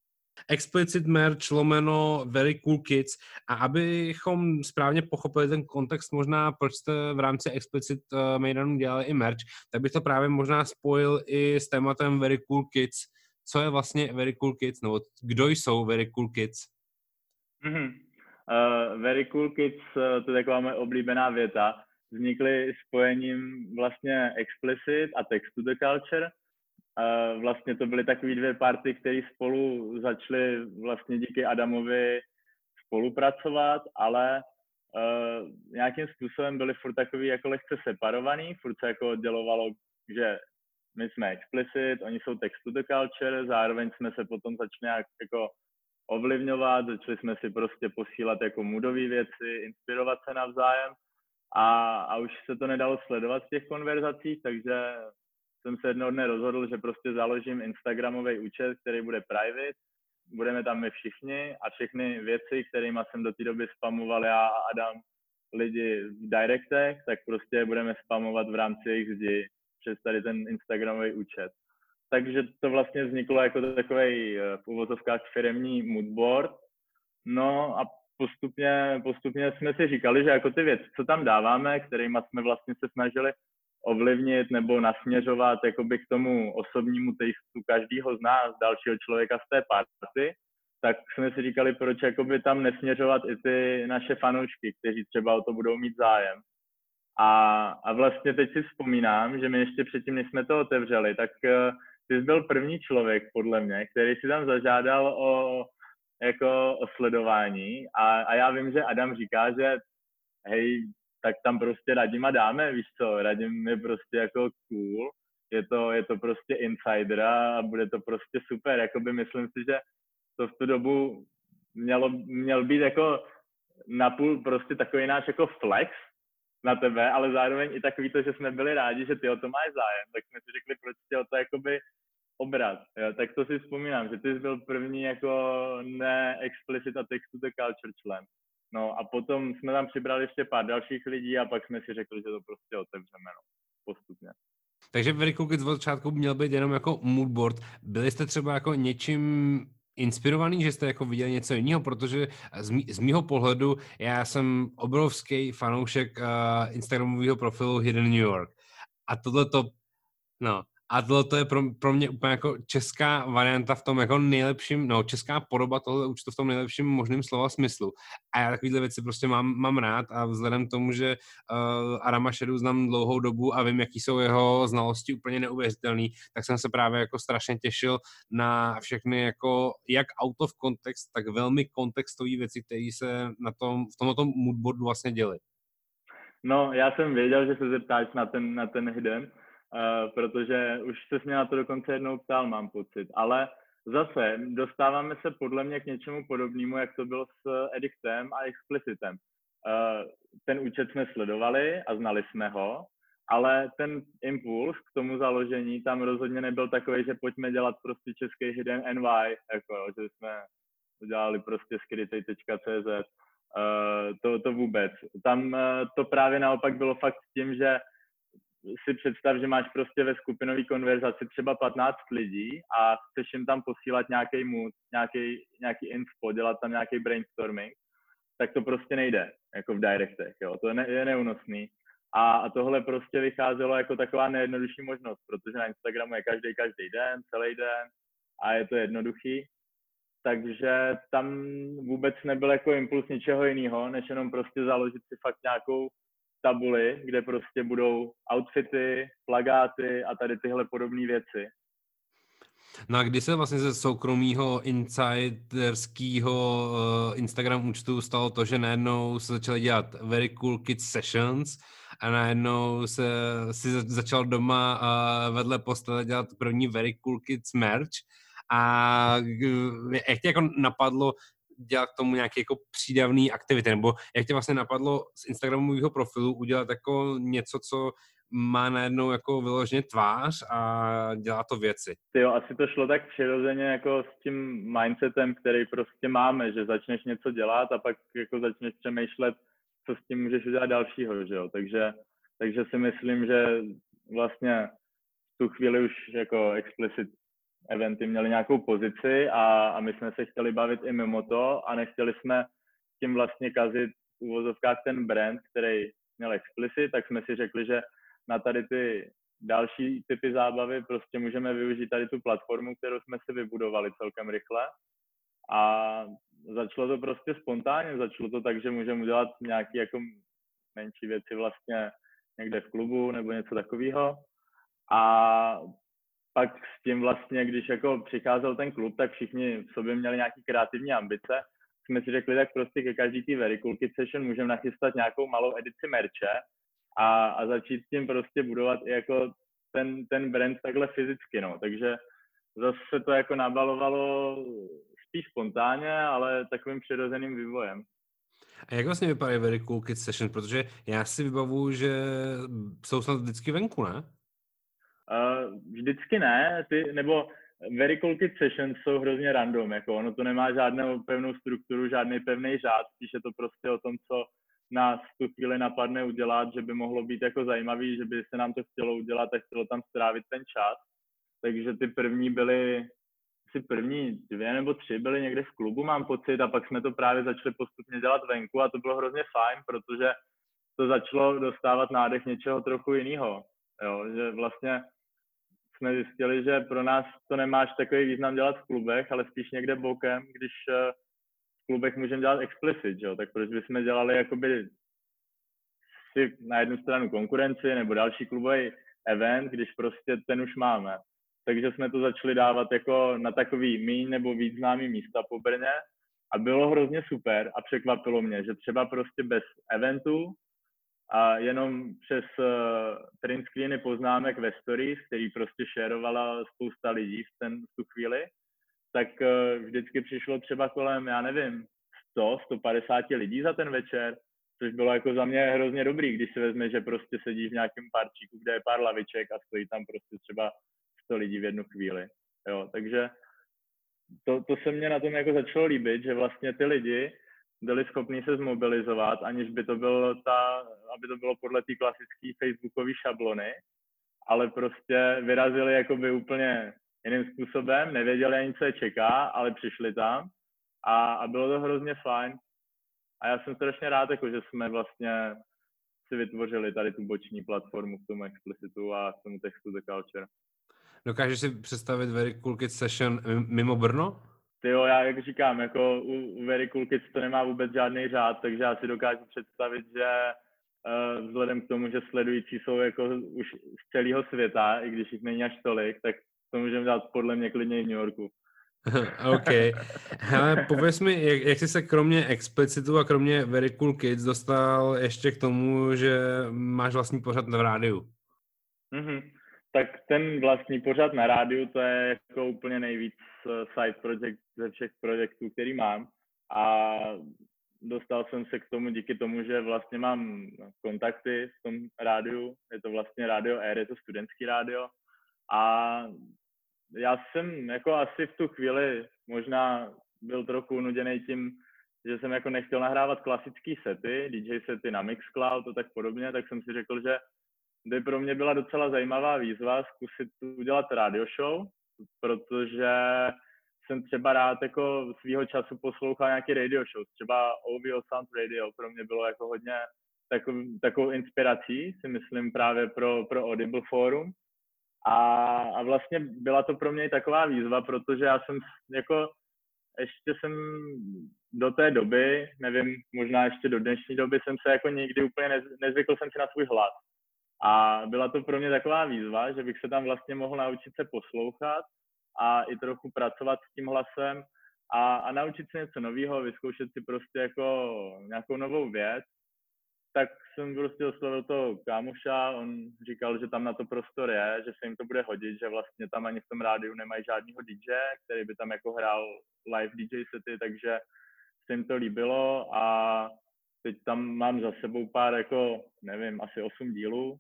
explicit merch lomeno very cool kids a abychom správně pochopili ten kontext možná, proč jste v rámci explicit Maidanu dělali i merch, tak bych to právě možná spojil i s tématem very cool kids. Co je vlastně very cool kids, nebo kdo jsou very cool kids? Mm-hmm. Very cool kids, to je taková moje oblíbená věta, vznikly spojením vlastně explicit a text to the culture. Vlastně to byly takové dvě party, které spolu začaly vlastně díky Adamovi spolupracovat, ale nějakým způsobem byly furt takový jako lehce separovaný, furt se jako oddělovalo, že my jsme explicit, oni jsou text to the culture, zároveň jsme se potom začali nějak jako ovlivňovat, začali jsme si prostě posílat jako moodové věci, inspirovat se navzájem a už se to nedalo sledovat v těch konverzacích, takže jsem se jednoho dne rozhodl, že prostě založím Instagramový účet, který bude private, budeme tam my všichni a všechny věci, kterými jsem do té doby spamoval já a Adam lidi v directech, tak prostě budeme spamovat v rámci jejich zdi přes tady ten Instagramový účet. Takže to vlastně vzniklo jako takový v uvozovkách firemní moodboard. No a postupně jsme si říkali, že jako ty věci, co tam dáváme, kterými jsme vlastně se snažili ovlivnit nebo nasměřovat jakoby k tomu osobnímu tastu každého z nás, dalšího člověka z té party, tak jsme si říkali, proč jakoby tam nesměřovat i ty naše fanoušky, kteří třeba o to budou mít zájem. A vlastně teď si vzpomínám, že my ještě předtím, než jsme to otevřeli, tak ty jsi byl první člověk, podle mě, který si tam zažádal o sledování a já vím, že Adam říká, že hej, tak tam prostě Radima dáme, víš co, Radim je prostě jako cool, je to prostě insider a bude to prostě super, jakoby myslím si, že to v tu dobu měl být jako napůl prostě takový náš jako flex na tebe, ale zároveň i takový to, že jsme byli rádi, že ty o to máš zájem, tak jsme si řekli, proč tě o to jakoby obrat, jo, tak to si vzpomínám, že ty jsi byl první jako ne-explicit a text to the culture člen. No a potom jsme tam přibrali ještě pár dalších lidí a pak jsme si řekli, že to prostě otevřeme, no, postupně. Takže Very Cool Kids od začátku měl být jenom jako moodboard. Byli jste třeba jako něčím inspirovaný, že jste jako viděli něco jiného, protože z mýho pohledu já jsem obrovský fanoušek Instagramového profilu Hidden New York. A tohle to je pro mě úplně jako česká varianta v tom jako nejlepším, česká podoba tohle účtu v tom nejlepším možným slova smyslu. A já takovýhle věci prostě mám rád a vzhledem k tomu, že Adama Šedu znám dlouhou dobu a vím, jaký jsou jeho znalosti úplně neuvěřitelný, tak jsem se právě jako strašně těšil na všechny jako jak out of context, tak velmi kontextové věci, které se v tomto moodboardu vlastně děly. No, já jsem věděl, že se zeptáš na ten hidden, protože už se mě na to dokonce jednou ptal, mám pocit, ale zase dostáváme se podle mě k něčemu podobnému, jak to bylo s Edictem a Explicitem. Ten účet jsme sledovali a znali jsme ho, ale ten impuls k tomu založení tam rozhodně nebyl takový, že pojďme dělat prostě český hidden NY, jako, že jsme udělali prostě skrytej.cz. To vůbec. Tam to právě naopak bylo fakt tím, že si představ, že máš prostě ve skupinové konverzaci třeba 15 lidí a chceš jim tam posílat nějaký mood, nějaký info, dělat tam nějaký brainstorming, tak to prostě nejde, jako v directech, jo. To je neúnosný. A tohle prostě vycházelo jako taková nejjednodušší možnost, protože na Instagramu je každý den, celý den a je to jednoduchý. Takže tam vůbec nebyl jako impuls ničeho jiného, než jenom prostě založit si fakt nějakou tabuli, kde prostě budou outfity, plakáty a tady tyhle podobné věci. No a kdy se vlastně ze soukromého insiderského Instagram účtu stalo to, že najednou se začaly dělat Very Cool Kids Sessions a najednou si začal doma vedle postele dělat první Very Cool Kids merch a jak tě jako napadlo dělat k tomu nějaké jako přídavné aktivity, nebo jak tě vlastně napadlo z Instagramového profilu udělat jako něco, co má najednou jako vyloženě tvář a dělá to věci. Jo, asi to šlo tak přirozeně jako s tím mindsetem, který prostě máme, že začneš něco dělat a pak jako začneš přemýšlet, co s tím můžeš udělat dalšího, že jo. Takže si myslím, že vlastně v tu chvíli už jako explicit eventy měly nějakou pozici a my jsme se chtěli bavit i mimo to a nechtěli jsme tím vlastně kazit v uvozovkách ten brand, který měl explicit, tak jsme si řekli, že na tady ty další typy zábavy prostě můžeme využít tady tu platformu, kterou jsme si vybudovali celkem rychle. A začalo to prostě spontánně, začalo to tak, že můžeme udělat nějaké jako menší věci vlastně někde v klubu nebo něco takového. A pak s tím vlastně, když jako přicházel ten klub, tak všichni v sobě měli nějaký kreativní ambice. Jsme si řekli, tak prostě ke každý té Very Cool Kids Session můžeme nachystat nějakou malou edici merče a začít s tím prostě budovat i jako ten brand takhle fyzicky, no. Takže zase to jako nabalovalo spíš spontánně, ale takovým přirozeným vývojem. A jak vlastně vypadají Very Cool Kids Session? Protože já si vybavuju, že jsou snad vždycky venku, ne? Vždycky ne, nebo Very Cool Kids Sessions jsou hrozně random, jako ono to nemá žádnou pevnou strukturu, žádný pevný řád, spíš je to prostě o tom, co nás v tu chvíli napadne udělat, že by mohlo být jako zajímavý, že by se nám to chtělo udělat a chtělo tam strávit ten čas. Takže ty první byly, asi první 2 nebo 3 byly někde v klubu, mám pocit, a pak jsme to právě začali postupně dělat venku a to bylo hrozně fajn, protože to začalo dostávat nádech něčeho trochu jiného. Jo, že vlastně jsme zjistili, že pro nás to nemáš takový význam dělat v klubech, ale spíš někde bokem, když v klubech můžeme dělat explicit, jo? Tak proč bychom dělali jakoby si na jednu stranu konkurenci nebo další klubový event, když prostě ten už máme. Takže jsme to začali dávat jako na takový míň nebo víc známý místa po Brně a bylo hrozně super a překvapilo mě, že třeba prostě bez eventu a jenom přes print screeny poznámek ve stories, který prostě šerovala spousta lidí v tu chvíli, tak vždycky přišlo třeba kolem, já nevím, 100-150 lidí za ten večer, což bylo jako za mě hrozně dobrý, když si vezme, že prostě sedíš v nějakém parčíku, kde je pár laviček a stojí tam prostě třeba 100 lidí v jednu chvíli. Jo, takže to se mně na tom jako začalo líbit, že vlastně ty lidi byli schopni se zmobilizovat, aniž by to bylo aby to bylo podle té klasické facebookové šablony, ale prostě vyrazili jakoby úplně jiným způsobem, nevěděli ani, co je čeká, ale přišli tam a bylo to hrozně fajn. A já jsem strašně rád, jako, že jsme vlastně si vytvořili tady tu boční platformu k tomu explicitu a k tomu textu The Culture. Dokážeš si představit Very Cool Kids Session mimo Brno? Jo, já jak říkám, jako u Very Cool Kids to nemá vůbec žádný řád, takže já si dokážu představit, že vzhledem k tomu, že sledující jsou jako už z celého světa, i když jich není až tolik, tak to můžeme dát podle mě klidně i v New Yorku. OK. Hele, pověz mi, jak jsi se kromě explicitu a kromě Very Cool Kids dostal ještě k tomu, že máš vlastní pořad v rádiu? Tak ten vlastní pořad na rádiu, to je jako úplně nejvíc side project ze všech projektů, který mám. A dostal jsem se k tomu díky tomu, že vlastně mám kontakty v tom rádiu. Je to vlastně Radio Air, je to studentský rádio. A já jsem jako asi v tu chvíli možná byl trochu nuděný tím, že jsem jako nechtěl nahrávat klasický sety, DJ sety na Mixcloud a tak podobně, tak jsem si řekl, že by pro mě byla docela zajímavá výzva zkusit udělat radio show, protože jsem třeba rád jako svýho času poslouchal nějaký radio show, třeba OVO Sound Radio pro mě bylo jako hodně takovou inspirací, si myslím právě pro Audible Forum. A vlastně byla to pro mě i taková výzva, protože já jsem jako ještě jsem do té doby, nevím, možná ještě do dnešní doby jsem se jako nikdy úplně nezvykl jsem si na svůj hlas. A byla to pro mě taková výzva, že bych se tam vlastně mohl naučit se poslouchat a i trochu pracovat s tím hlasem a naučit se něco nového, vyzkoušet si prostě jako nějakou novou věc. Tak jsem prostě oslovil toho kámoša, on říkal, že tam na to prostor je, že se jim to bude hodit, že vlastně tam ani v tom rádiu nemají žádnýho DJ, který by tam jako hrál live DJ sety, takže se jim to líbilo a teď tam mám za sebou pár jako, nevím, asi 8 dílů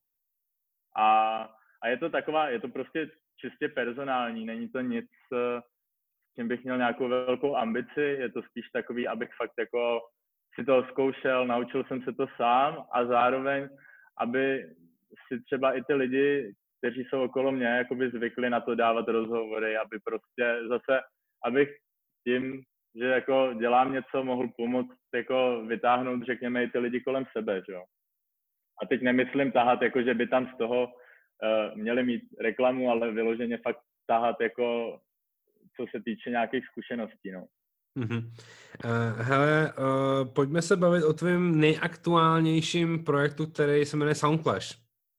a je to prostě čistě personální, není to nic, s čím bych měl nějakou velkou ambici, je to spíš takový, abych fakt jako si to zkoušel, naučil jsem se to sám a zároveň, aby si třeba i ty lidi, kteří jsou okolo mě, jakoby zvykli na to dávat rozhovory, aby prostě zase, abych tím, že jako dělám něco, mohl pomoct jako vytáhnout, řekněme, i ty lidi kolem sebe, že jo. A teď nemyslím tahat, jako že by tam z toho měli mít reklamu, ale vyloženě fakt tahat jako co se týče nějakých zkušeností, no. Mm-hmm. Hele, pojďme se bavit o tvém nejaktuálnějším projektu, který se jmenuje Soundclash.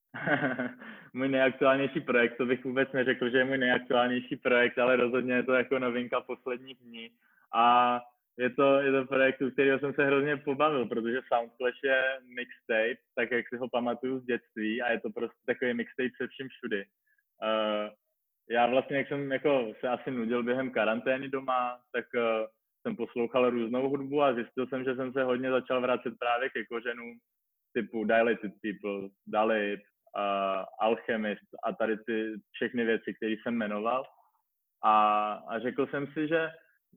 Můj nejaktuálnější projekt, to bych vůbec neřekl, že je můj nejaktuálnější projekt, ale rozhodně je to jako novinka posledních dní. A je to projekt, u kterého jsem se hrozně pobavil, protože Soundclash je mixtape, tak jak si ho pamatuju z dětství, a je to prostě takový mixtape se vším všudy. Já vlastně, jak jsem jako se asi nudil během karantény doma, tak jsem poslouchal různou hudbu a zjistil jsem, že jsem se hodně začal vracet právě ke kořenům typu Dilated People, Dalit, Alchemist a tady ty všechny věci, které jsem jmenoval. A řekl jsem si, že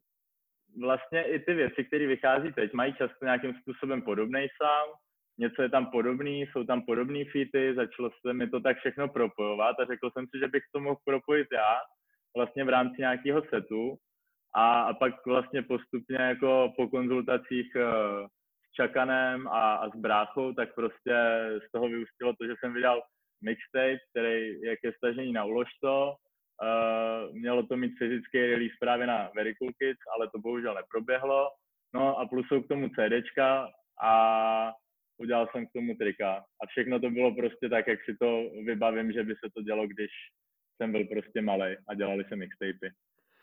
vlastně i ty věci, které vychází teď, mají často nějakým způsobem podobný sound, něco je tam podobný, jsou tam podobný featy, začalo se mi to tak všechno propojovat a řekl jsem si, že bych to mohl propojit já vlastně v rámci nějakého setu a pak vlastně postupně jako po konzultacích s Čakanem a s bráchou, tak prostě z toho vyústilo to, že jsem vydal mixtape, který je ke stažení na Uložto. Mělo to mít fyzický release právě na Very Cool Kids, ale to bohužel neproběhlo. No a plus jsou k tomu CDčka a udělal jsem k tomu trika. A všechno to bylo prostě tak, jak si to vybavím, že by se to dělo, když jsem byl prostě malej a dělali se mixtapy.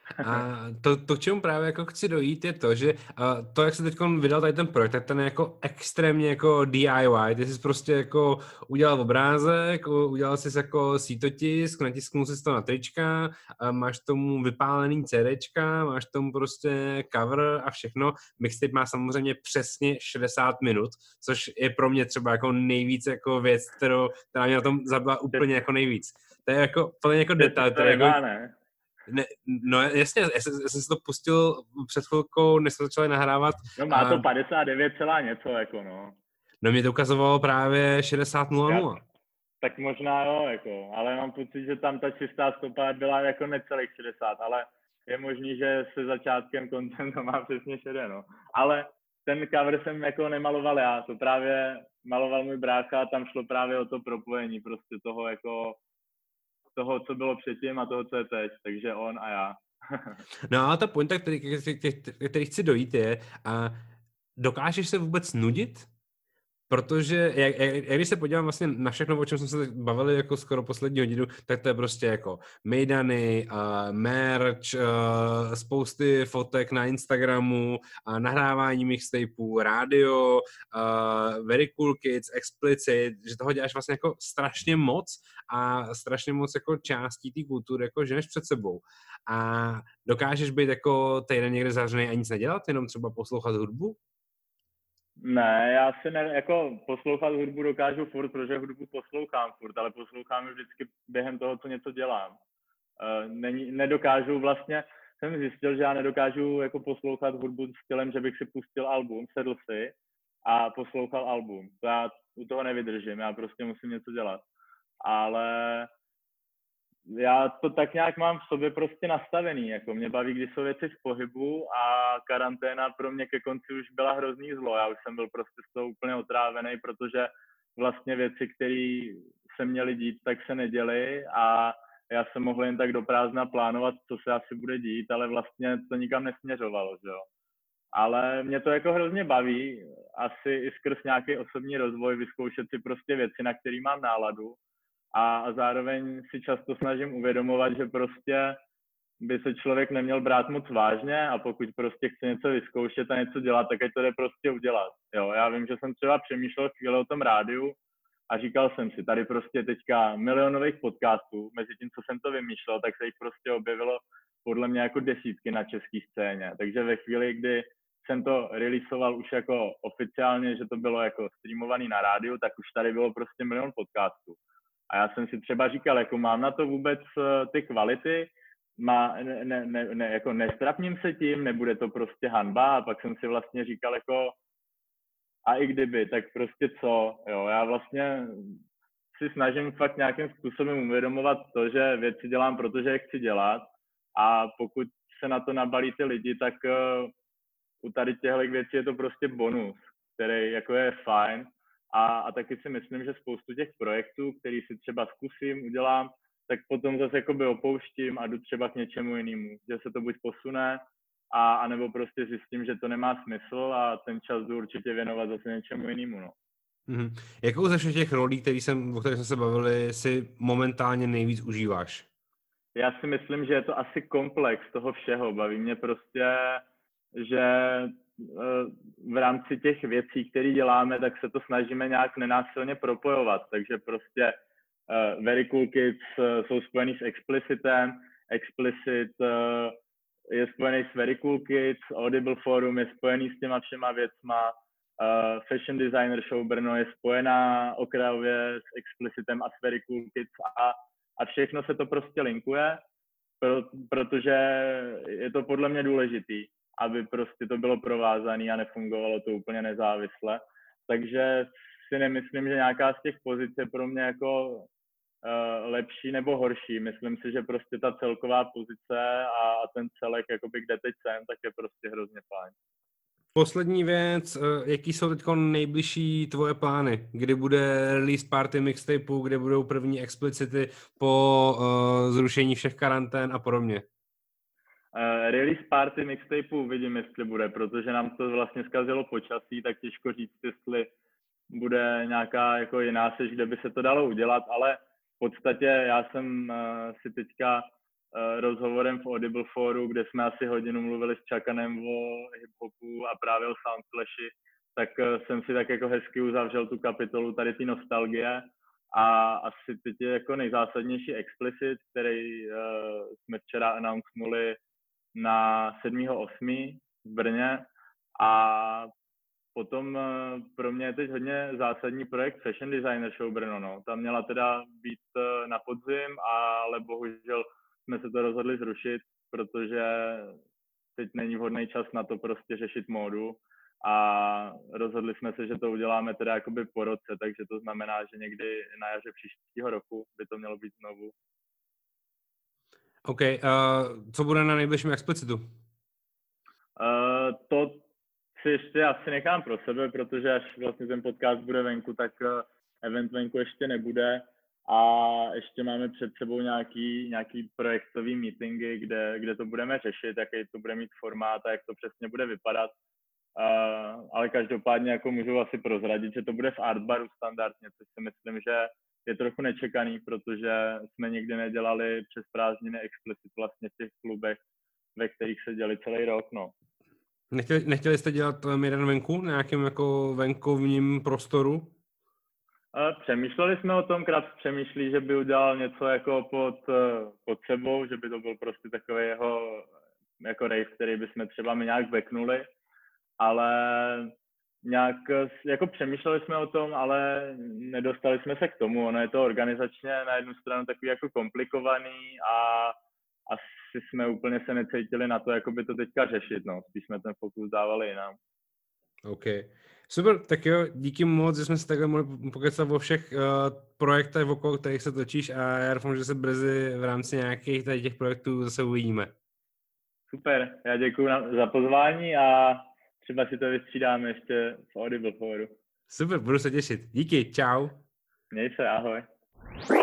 A to, k čemu právě jako chci dojít, je to, že to, jak se teď vydal tady ten projekt, tak ten je jako extrémně jako DIY. Ty jsi prostě jako udělal obrázek, udělal jsi jako sítotisk, natisknul jsi to na trička, máš tomu vypálený CDčka, máš tomu prostě cover a všechno. Mixtape má samozřejmě přesně 60 minut, což je pro mě třeba jako nejvíc jako věc, která mě na tom zabila úplně jako nejvíc. To je jako plně jako detail, to je jako... Ne, no jasně, já jsem si to pustil před chvilkou, než jsme začali nahrávat. No má to 59 celá něco, jako no. No mě to ukazovalo právě 60:00. Tak možná jo, jako, ale mám pocit, že tam ta čistá stopa byla jako necelých 60, ale je možný, že se začátkem koncem to má přesně 60, no. Ale ten cover jsem jako nemaloval já, to právě maloval můj brácha, tam šlo právě o to propojení prostě toho jako toho, co bylo předtím a toho, co je teď, takže on a já. No a ta pointa, který chci dojít je, dokážeš se vůbec nudit? Protože, když se podívám vlastně na všechno, o čem jsme se bavili jako skoro poslední hodinu, tak to je prostě jako mejdany, merch, spousty fotek na Instagramu, nahrávání mixtapeů, rádio, Very Cool Kids, Explicit, že toho děláš vlastně jako strašně moc a strašně moc jako částí té kultury jako ženeš před sebou. A dokážeš být jako týden někde zavřený a nic nedělat, jenom třeba poslouchat hudbu? Ne, já si jako poslouchat hudbu dokážu furt, protože hudbu poslouchám furt, ale poslouchám vždycky během toho, co něco dělám. Nedokážu vlastně, jsem zjistil, že já nedokážu jako poslouchat hudbu stylem, že bych si pustil album, sedl si a poslouchal album. To já u toho nevydržím, já prostě musím něco dělat. Ale já to tak nějak mám v sobě prostě nastavený, jako mě baví, když jsou věci v pohybu a karanténa pro mě ke konci už byla hrozný zlo, já už jsem byl prostě z toho úplně otrávený, protože vlastně věci, které se měly dít, tak se neděly a já jsem mohl jen tak do prázdna plánovat, co se asi bude dít, ale vlastně to nikam nesměřovalo, že jo. Ale mě to jako hrozně baví, asi i skrz nějaký osobní rozvoj, vyzkoušet si prostě věci, na které mám náladu. A zároveň si často snažím uvědomovat, že prostě by se člověk neměl brát moc vážně a pokud prostě chce něco vyzkoušet a něco dělat, tak ať to jde prostě udělat. Jo, já vím, že jsem třeba přemýšlel chvíli o tom rádiu a říkal jsem si, tady prostě teďka milionových podcastů, mezi tím, co jsem to vymýšlel, tak se jich prostě objevilo podle mě jako desítky na české scéně. Takže ve chvíli, kdy jsem to releasoval už jako oficiálně, že to bylo jako streamovaný na rádiu, tak už tady bylo prostě milion podcastů. A já jsem si třeba říkal, jako mám na to vůbec ty kvality, jako nestrapním se tím, nebude to prostě hanba, a pak jsem si vlastně říkal, jako a i kdyby, tak prostě co, jo, já vlastně si snažím fakt nějakým způsobem uvědomovat to, že věci dělám, protože je chci dělat a pokud se na to nabalí ty lidi, tak u tady těchto věcí je to prostě bonus, který jako je fajn a taky si myslím, že spoustu těch projektů, který si třeba zkusím, udělám, tak potom zase jakoby opouštím a jdu třeba k něčemu jinému, že se to buď posune, a nebo prostě zjistím, že to nemá smysl a ten čas jdu určitě věnovat zase něčemu jinému, no. Mm-hmm. Jakou ze všech těch rolí, o kterých jsme se bavili, si momentálně nejvíc užíváš? Já si myslím, že je to asi komplex toho všeho. Baví mě prostě, že v rámci těch věcí, které děláme, tak se to snažíme nějak nenásilně propojovat. Takže prostě Very Cool Kids jsou spojený s Explicitem, Explicit je spojený s Very Cool Kids, Audible Forum je spojený s těma všema věcma, Fashion Designer Show Brno je spojená okrajově s Explicitem a s Very Cool Kids a všechno se to prostě linkuje, protože je to podle mě důležitý, aby prostě to bylo provázané a nefungovalo to úplně nezávisle. Takže si nemyslím, že nějaká z těch pozic je pro mě jako lepší nebo horší. Myslím si, že prostě ta celková pozice a ten celek, jakoby kde teď jsem, tak je prostě hrozně fajn. Poslední věc, jaký jsou teď nejbližší tvoje plány? Kdy bude release party mixtapeu, kde budou první explicity po zrušení všech karantén a podobně? Release party mixtapeu uvidím, jestli bude, protože nám to vlastně zkazilo počasí, tak těžko říct, jestli bude nějaká jako jiná sež, kde by se to dalo udělat, ale v podstatě já jsem si teďka rozhovorem v Audible Foru, kde jsme asi hodinu mluvili s Čakanem o hip-hopu a právě o Soundclashi, tak jsem si tak jako hezky uzavřel tu kapitolu tady ty nostalgie a asi teď je jako nejzásadnější Explicit, který jsme včera announcenuli na 7.8. v Brně a potom pro mě je teď hodně zásadní projekt Fashion Designer Show Brno. No. Tam měla teda být na podzim, ale bohužel jsme se to rozhodli zrušit, protože teď není vhodný čas na to prostě řešit módu a rozhodli jsme se, že to uděláme teda jakoby po roce, takže to znamená, že někdy na jaře příštího roku by to mělo být znovu. OK, co bude na nejbližším Explicitu? To si ještě asi nechám pro sebe, protože až vlastně ten podcast bude venku, tak event venku ještě nebude a ještě máme před sebou nějaký projektový meetingy, kde to budeme řešit, jaký to bude mít formát a jak to přesně bude vypadat. Ale každopádně jako můžu asi prozradit, že to bude v Artbaru standardně, což si myslím, že je trochu nečekaný, protože jsme nikdy nedělali přes prázdniny explicit vlastně v těch klubech, ve kterých se děli celý rok, no. Nechtěli jste dělat jeden venku, na nějakém jako venkovním prostoru? Přemýšleli jsme o tom, krát přemýšlí, že by udělal něco jako pod sebou, že by to byl prostě takový jeho jako rave, který bychom třeba my nějak veknuli, ale nějak jako přemýšleli jsme o tom, ale nedostali jsme se k tomu. Ono je to organizačně na jednu stranu takový jako komplikovaný a asi jsme úplně se necítili na to, jako by to teďka řešit, no. Spíš jsme ten fokus dávali jinam. OK. Super, tak jo, díky moc, že jsme se takhle mohli pokecat o všech projektech, okolo kterých se točíš a já doufám, že se brzy v rámci nějakých tady těch projektů zase uvidíme. Super, já děkuji za pozvání a třeba si to vystřídáme ještě v Audible Foru. Super, budu se těšit. Díky, čau. Měj se, ahoj.